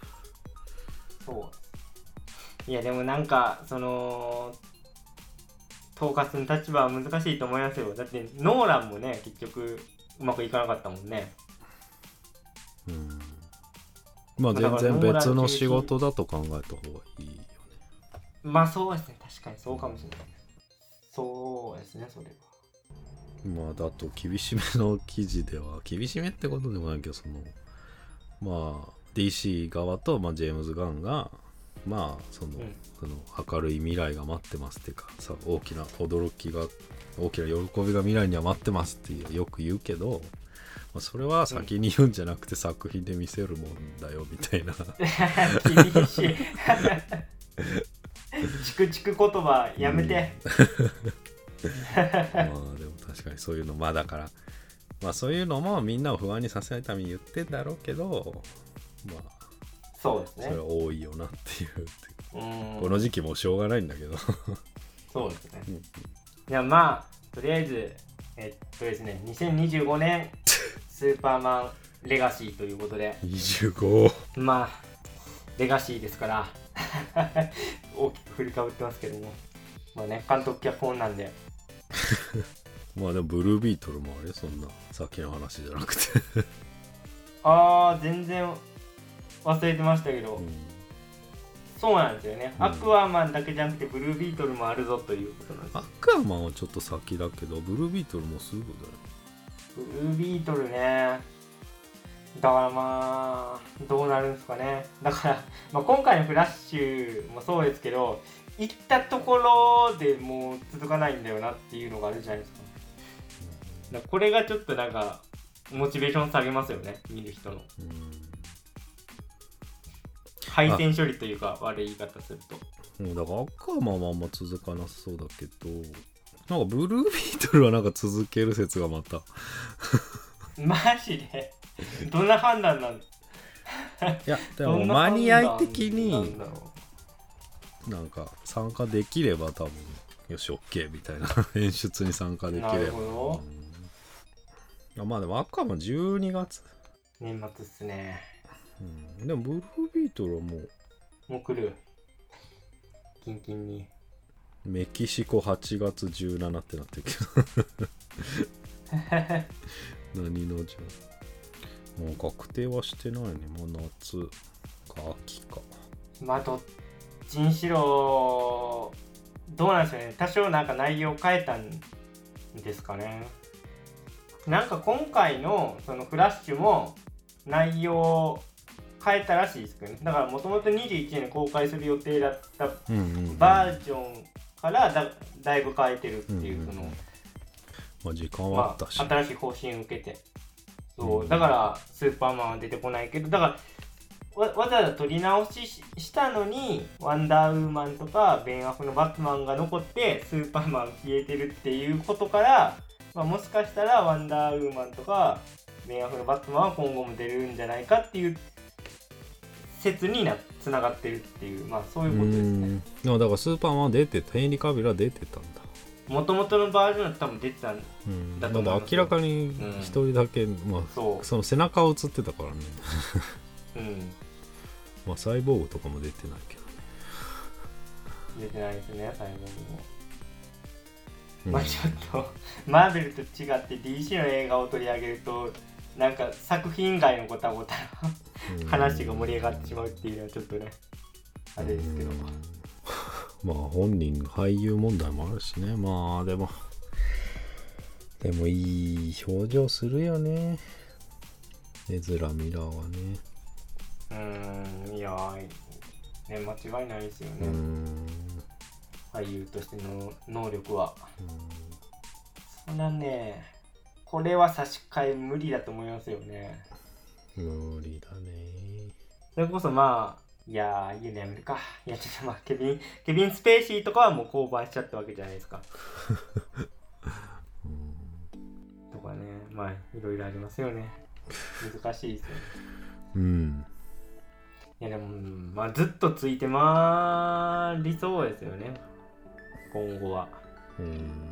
そういやでもなんかその統括の立場は難しいと思いますよ。だってノーランもね結局うまくいかなかったもんね。 うんまあ全然別の仕事だと考えた方がいいよね。 まあそうですね、確かにそうかもしれない。そうですね、それは。まあだと厳しめの記事では厳しめってことでもないけど、そのまあ ディーシー 側と、まあ、ジェームズ・ガンがまあその、うん、その明るい未来が待ってますっていうかさ、大きな驚きが大きな喜びが未来には待ってますってよく言うけど、まあ、それは先に言うんじゃなくて作品で見せるもんだよみたいな。 厳しい。チクチク言葉やめて。 うん、まあでも確かにそういうのまあだからまあそういうのもみんなを不安にさせないために言ってんだろうけど、まあそうですね。 それは多いよなっていう。 うんこの時期もしょうがないんだけど。 そうですね。うん、いやまあとりあえずえっとですねにせんにじゅうごねんスーパーマンレガシーということで。 にじゅうごまあレガシーですから大きく振りかぶってますけども、まあね監督脚本なんで。 まあでもブルービートルもあれそんなさっきの話じゃなくてあー全然忘れてましたけど、うん、そうなんですよね、うん、アクアマンだけじゃなくてブルービートルもあるぞということなんです。 アクアマンはちょっと先だけどブルービートルもすぐだよ。 ブルービートルね、だからまあどうなるんですかね。だから、まあ、今回のフラッシュもそうですけど行ったところでもう続かないんだよなっていうのがあるじゃないですか。だからこれがちょっとなんかモチベーション下げますよね、見る人の。配線処理というか悪い言い方すると。 うんだからアクアマンはあんま続かなさそうだけど、なんかブルービートルはなんか続ける説がまたマジでどんな判断なんいやでもマニア的になんか参加できれば多分よし OK みたいな演出に参加できれば。 なるほど。 うん、まあでも赤もじゅうにがつ年末っすね。 うん、でもブルービートルはもうもう来る。キンキンに。 メキシコはちがつじゅうしちってなってるけど何のじゃもう確定はしてないね。もう夏か秋か。 まあどっちにしろどうなんですよね。多少なんか内容変えたんですかね。なんか今回のそのフラッシュも内容を変えたらしいですけどね。だからもともとにじゅういちねんに公開する予定だったバージョンからだ, だいぶ変えてるっていう、うんうん、そのまあ時間はあったし、 まあ、新しい方針を受けてそうだからスーパーマンは出てこないけど、だからわ, わざわざ撮り直ししたのにワンダーウーマンとかベン・アフのバットマンが残ってスーパーマン消えてるっていうことから、まあ、もしかしたらワンダーウーマンとかベン・アフのバットマンは今後も出るんじゃないかっていう説になつながってるっていう、まあそういうことですね。 でもだからスーパーマンは出てた、ヘンリー・カビルは出てたんだ。 もともとのバージョンは多分出てたんだと思います。 だ明らかに一人だけ、うん、まあ そ, その背中を映ってたからね。 うんまあサイボーグとかも出てないけどね。 出てないですね、サイボーグも。 うん、 まあちょっとマーベルと違って ディーシー の映画を取り上げるとなんか作品外のごたごた話が盛り上がってしまうっていうのはちょっとねあれですけど、 まあ本人俳優問題もあるしね。まあでもでもいい表情するよね、エズラ・ミラーはね。 うーん、いやー、ね、間違いないですよね。俳優としての能力は。そんなね、これは差し替え無理だと思いますよね。 無理だね。 それこそまあ、いやー、言うのやめるか。いや、ちょっとまあ、ケビン、ケビン・スペーシーとかはもう降板しちゃったわけじゃないですか。とかね、まあ、いろいろありますよね。難しいですよね。 うん。 いやでも、まあ、ずっとついてまりそうですよね、今後は。うん、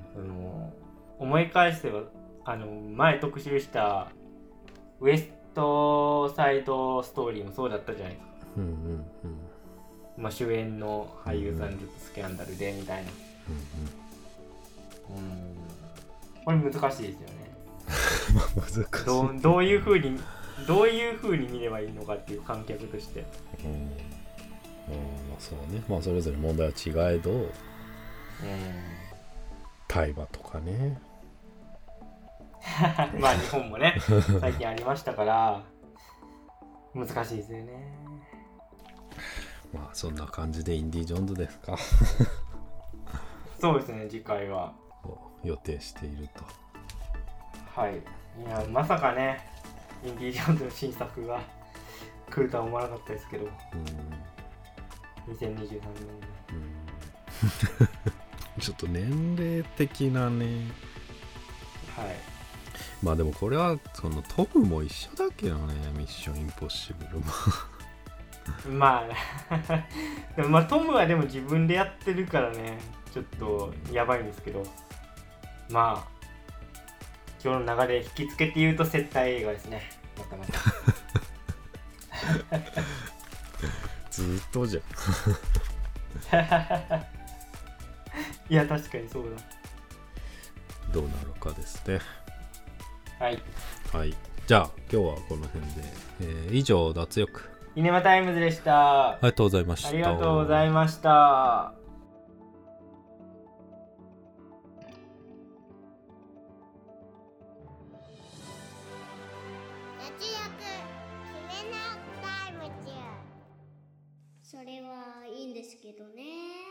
あの思い返せばあの前特集したウエストサイドストーリーもそうだったじゃないですか。うんうんうんまあ、主演の俳優さんずっとスキャンダルでみたいな。うんうん、うんこれ難しいですよね。 難しいどう、どういう風にどういう風に見ればいいのかっていう観客として。うん、うん、 まあそうね。まあそれぞれ問題は違えど、うん、対話とかね。 まあ日本もね最近ありましたから難しいですよね。 まあそんな感じでインディ・ジョーンズですか。 そうですね、次回は予定していると。 はい。いやまさかねインディ・ジョーンズの新作が来るとは思わなかったですけど、うん、にせんにじゅうさんねんで、 うん、ちょっと年齢的なね。 はい。 まあでもこれはそのトムも一緒だけどね、ミッションインポッシブルもまあでもまあトムはでも自分でやってるからねちょっとやばいんですけど、まあ今日の流れ引きつけて言うと接待映画ですね。またまたずーっとじゃんいや確かにそうだ。 どうなるかですね。 はい、 はい、じゃあ今日はこの辺で、えー、以上脱力イネマタイムズでした。 ありがとうございました。 ありがとうございました。 それはいいんですけどね。